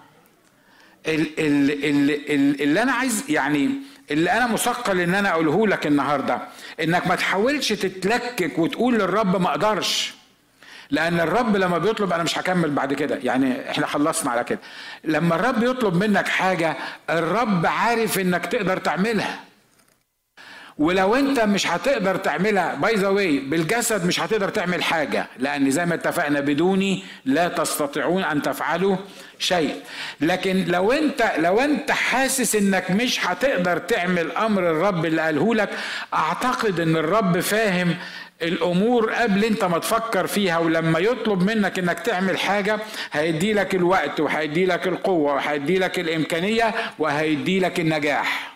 اللي انا عايز يعني اللي انا مثقل ان انا اقوله لك النهارده انك ما تحاولش تتلكك وتقول للرب ما اقدرش، لان الرب لما بيطلب، انا مش هكمل بعد كده يعني احنا خلصنا على كده، لما الرب يطلب منك حاجه الرب عارف انك تقدر تعملها، ولو انت مش هتقدر تعملها باي ذا واي بالجسد مش هتقدر تعمل حاجه، لان زي ما اتفقنا بدوني لا تستطيعون ان تفعلوا شيء. لكن لو انت لو انت حاسس انك مش هتقدر تعمل امر الرب اللي قاله لك، اعتقد ان الرب فاهم الامور قبل انت ما تفكر فيها، ولما يطلب منك انك تعمل حاجة هيدي لك الوقت وهيدي لك القوة وهيدي لك الامكانية وهيدي لك النجاح.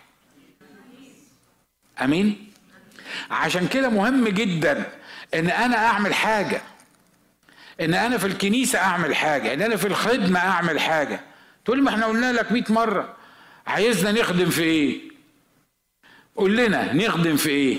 امين. عشان كده مهم جدا ان انا اعمل حاجة، ان انا في الكنيسة اعمل حاجة، ان انا في الخدمة اعمل حاجة. تقول ما احنا قلنا لك مئة مرة، عايزنا نخدم في ايه؟ قول لنا نخدم في ايه؟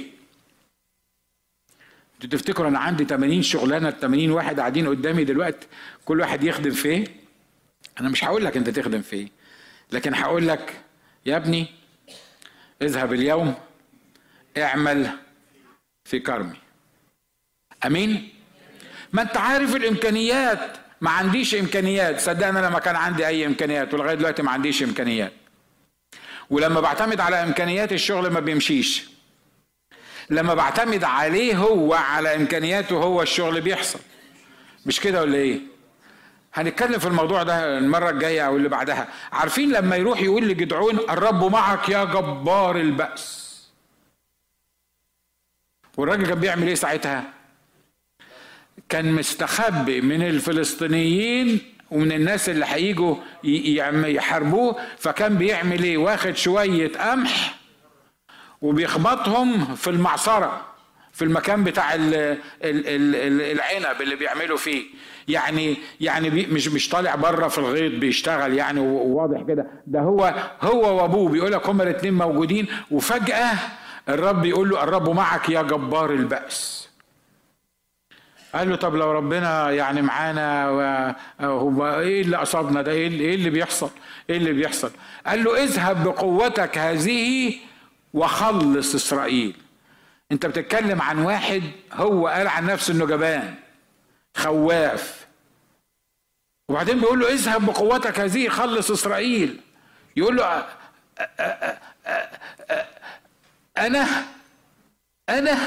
انتوا تفتكروا انا عندي ثمانين شغلانة، ثمانين واحد قاعدين قدامي دلوقتي كل واحد يخدم في ايه؟ انا مش هقول لك انت تخدم في ايه، لكن هقول لك يا ابني اذهب اليوم اعمل في كرمي. امين. ما انت عارف الامكانيات. ما عنديش امكانيات، صدقني لما كان عندي اي امكانيات ولغايه دلوقتي ما عنديش امكانيات، ولما بعتمد على امكانيات الشغل ما بيمشيش. لما بعتمد عليه هو على امكانياته هو الشغل بيحصل. مش كده ولا ايه؟ هنتكلم في الموضوع ده المره الجايه او اللي بعدها. عارفين لما يروح يقول لجدعون الرب معك يا جبار البأس، والراجل كان بيعمل ايه ساعتها؟ كان مستخبي من الفلسطينيين ومن الناس اللي هيجوا يحاربوه، فكان بيعمل ايه؟ واخد شوية قمح وبيخبطهم في المعصرة، في المكان بتاع العنب اللي بيعملوا فيه. يعني يعني مش مش طالع بره في الغيط بيشتغل يعني، وواضح كده. ده هو هو وابوه بيقول لك هما الاثنين موجودين، وفجأة الرب يقول له الرب معك يا جبار البأس. قال له طب لو ربنا يعني معانا هو ايه اللي اصابنا ده؟ ايه اللي بيحصل؟ ايه اللي بيحصل؟ قال له اذهب بقوتك هذه وخلص اسرائيل. انت بتتكلم عن واحد هو قال عن نفسه انه جبان خواف، وبعدين بيقول له اذهب بقوتك هذه خلص اسرائيل. يقول له أ أ أ أ أ انا انا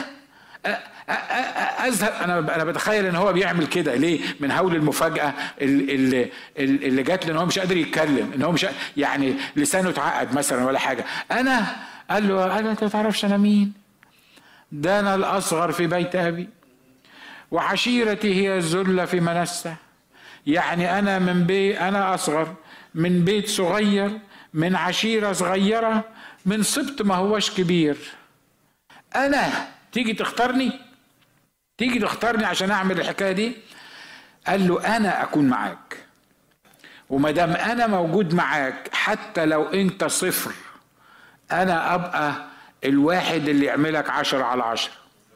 اذهب. انا انا بتخيل ان هو بيعمل كده ليه؟ من هول المفاجاه اللي اللي جات له ان هو مش قادر يتكلم، ان هو مش يعني لسانه اتعقد مثلا ولا حاجه. انا قال له انا انت ما تعرفش انا مين؟ ده انا الاصغر في بيت ابي وعشيرتي هي الذله في منسى. يعني انا من بيت، انا اصغر من بيت صغير، من عشيره صغيره، من سبط ما هوش كبير. انا تيجي تختارني؟ تيجي تختارني عشان اعمل الحكايه دي؟ قال له انا اكون معاك، وما دام انا موجود معاك حتى لو انت صفر انا ابقى الواحد اللي يعملك عشرة على عشرة.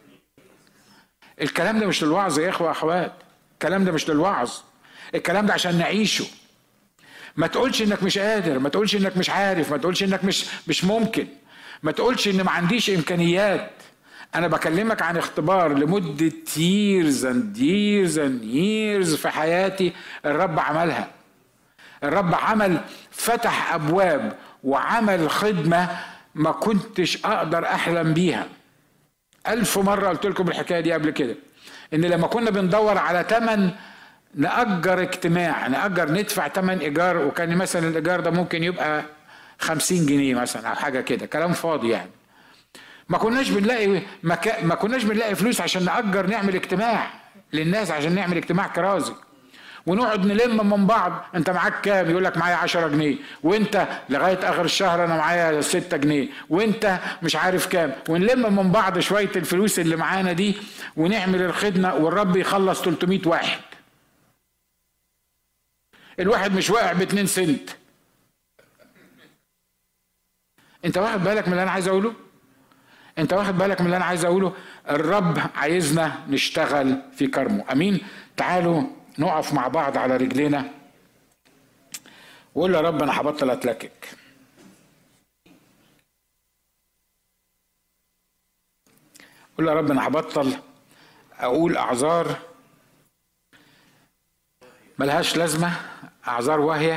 الكلام ده مش للوعظ يا اخوة اخوات، الكلام ده مش للوعظ، الكلام ده عشان نعيشه. ما تقولش انك مش قادر، ما تقولش انك مش عارف، ما تقولش انك مش مش ممكن، ما تقولش ان ما عنديش امكانيات. انا بكلمك عن اختبار لمدة years and years and years في حياتي الرب عملها. الرب عمل، فتح ابواب وعمل خدمة ما كنتش اقدر احلم بيها. الف مرة قلت لكم الحكاية دي قبل كده، ان لما كنا بندور على تمن نأجر اجتماع، نأجر ندفع تمن ايجار، وكان مثلا الايجار ده ممكن يبقى خمسين جنيه مثلا او حاجة كده، كلام فاضي يعني. ما كناش بنلاقي مكا... ما كناش بنلاقي فلوس عشان نأجر نعمل اجتماع للناس، عشان نعمل اجتماع كرازي، ونقعد نلم من بعض. انت معاك كام؟ يقول لك معايا عشرة جنيه، وانت لغايه اخر الشهر انا معايا ستة جنيه، وانت مش عارف كام، ونلم من بعض شويه الفلوس اللي معانا دي ونعمل الخدمه، والرب يخلص ثلاثمائة واحد. الواحد مش واقع باتنين سنت. انت واخد بالك من اللي انا عايز اقوله؟ انت واخد بالك من اللي انا عايز اقوله؟ الرب عايزنا نشتغل في كرمه. امين. تعالوا نقف مع بعض على رجلينا وقول يا رب انا هبطل اتلكك. قول يا رب انا هبطل اقول اعذار ملهاش لازمه، اعذار واهيه.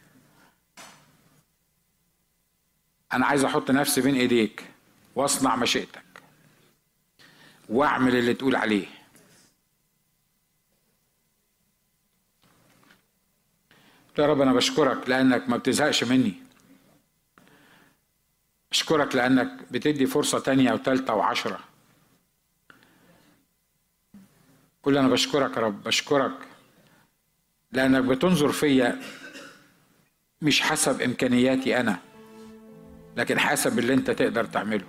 انا عايز احط نفسي بين ايديك واصنع مشيئتك واعمل اللي تقول عليه. يا رب انا بشكرك لانك ما بتزهقش مني، اشكرك لانك بتدي فرصة تانية وتالتة وعشرة. قول انا بشكرك يا رب، بشكرك لانك بتنظر فيا مش حسب امكانياتي انا، لكن حسب اللي انت تقدر تعمله.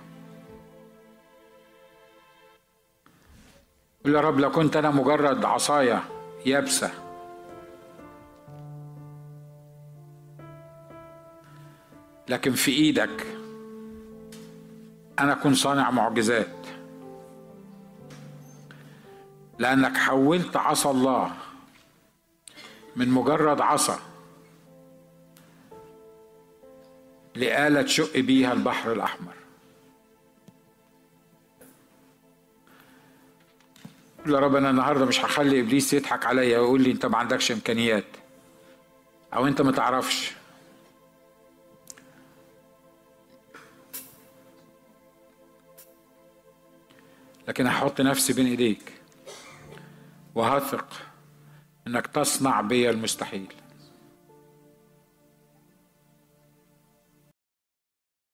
قول يا رب لو كنت انا مجرد عصاية يابسة، لكن في ايدك انا اكون صانع معجزات، لانك حولت عصا الله من مجرد عصا لآلة تشق بيها البحر الأحمر. قول يا رب أنا النهاردة مش هخلي إبليس يضحك عليا ويقول لي أنت ما عندكش إمكانيات أو أنت ما تعرفش. لكن هحط نفسي بين إيديك وهثق إنك تصنع بي المستحيل.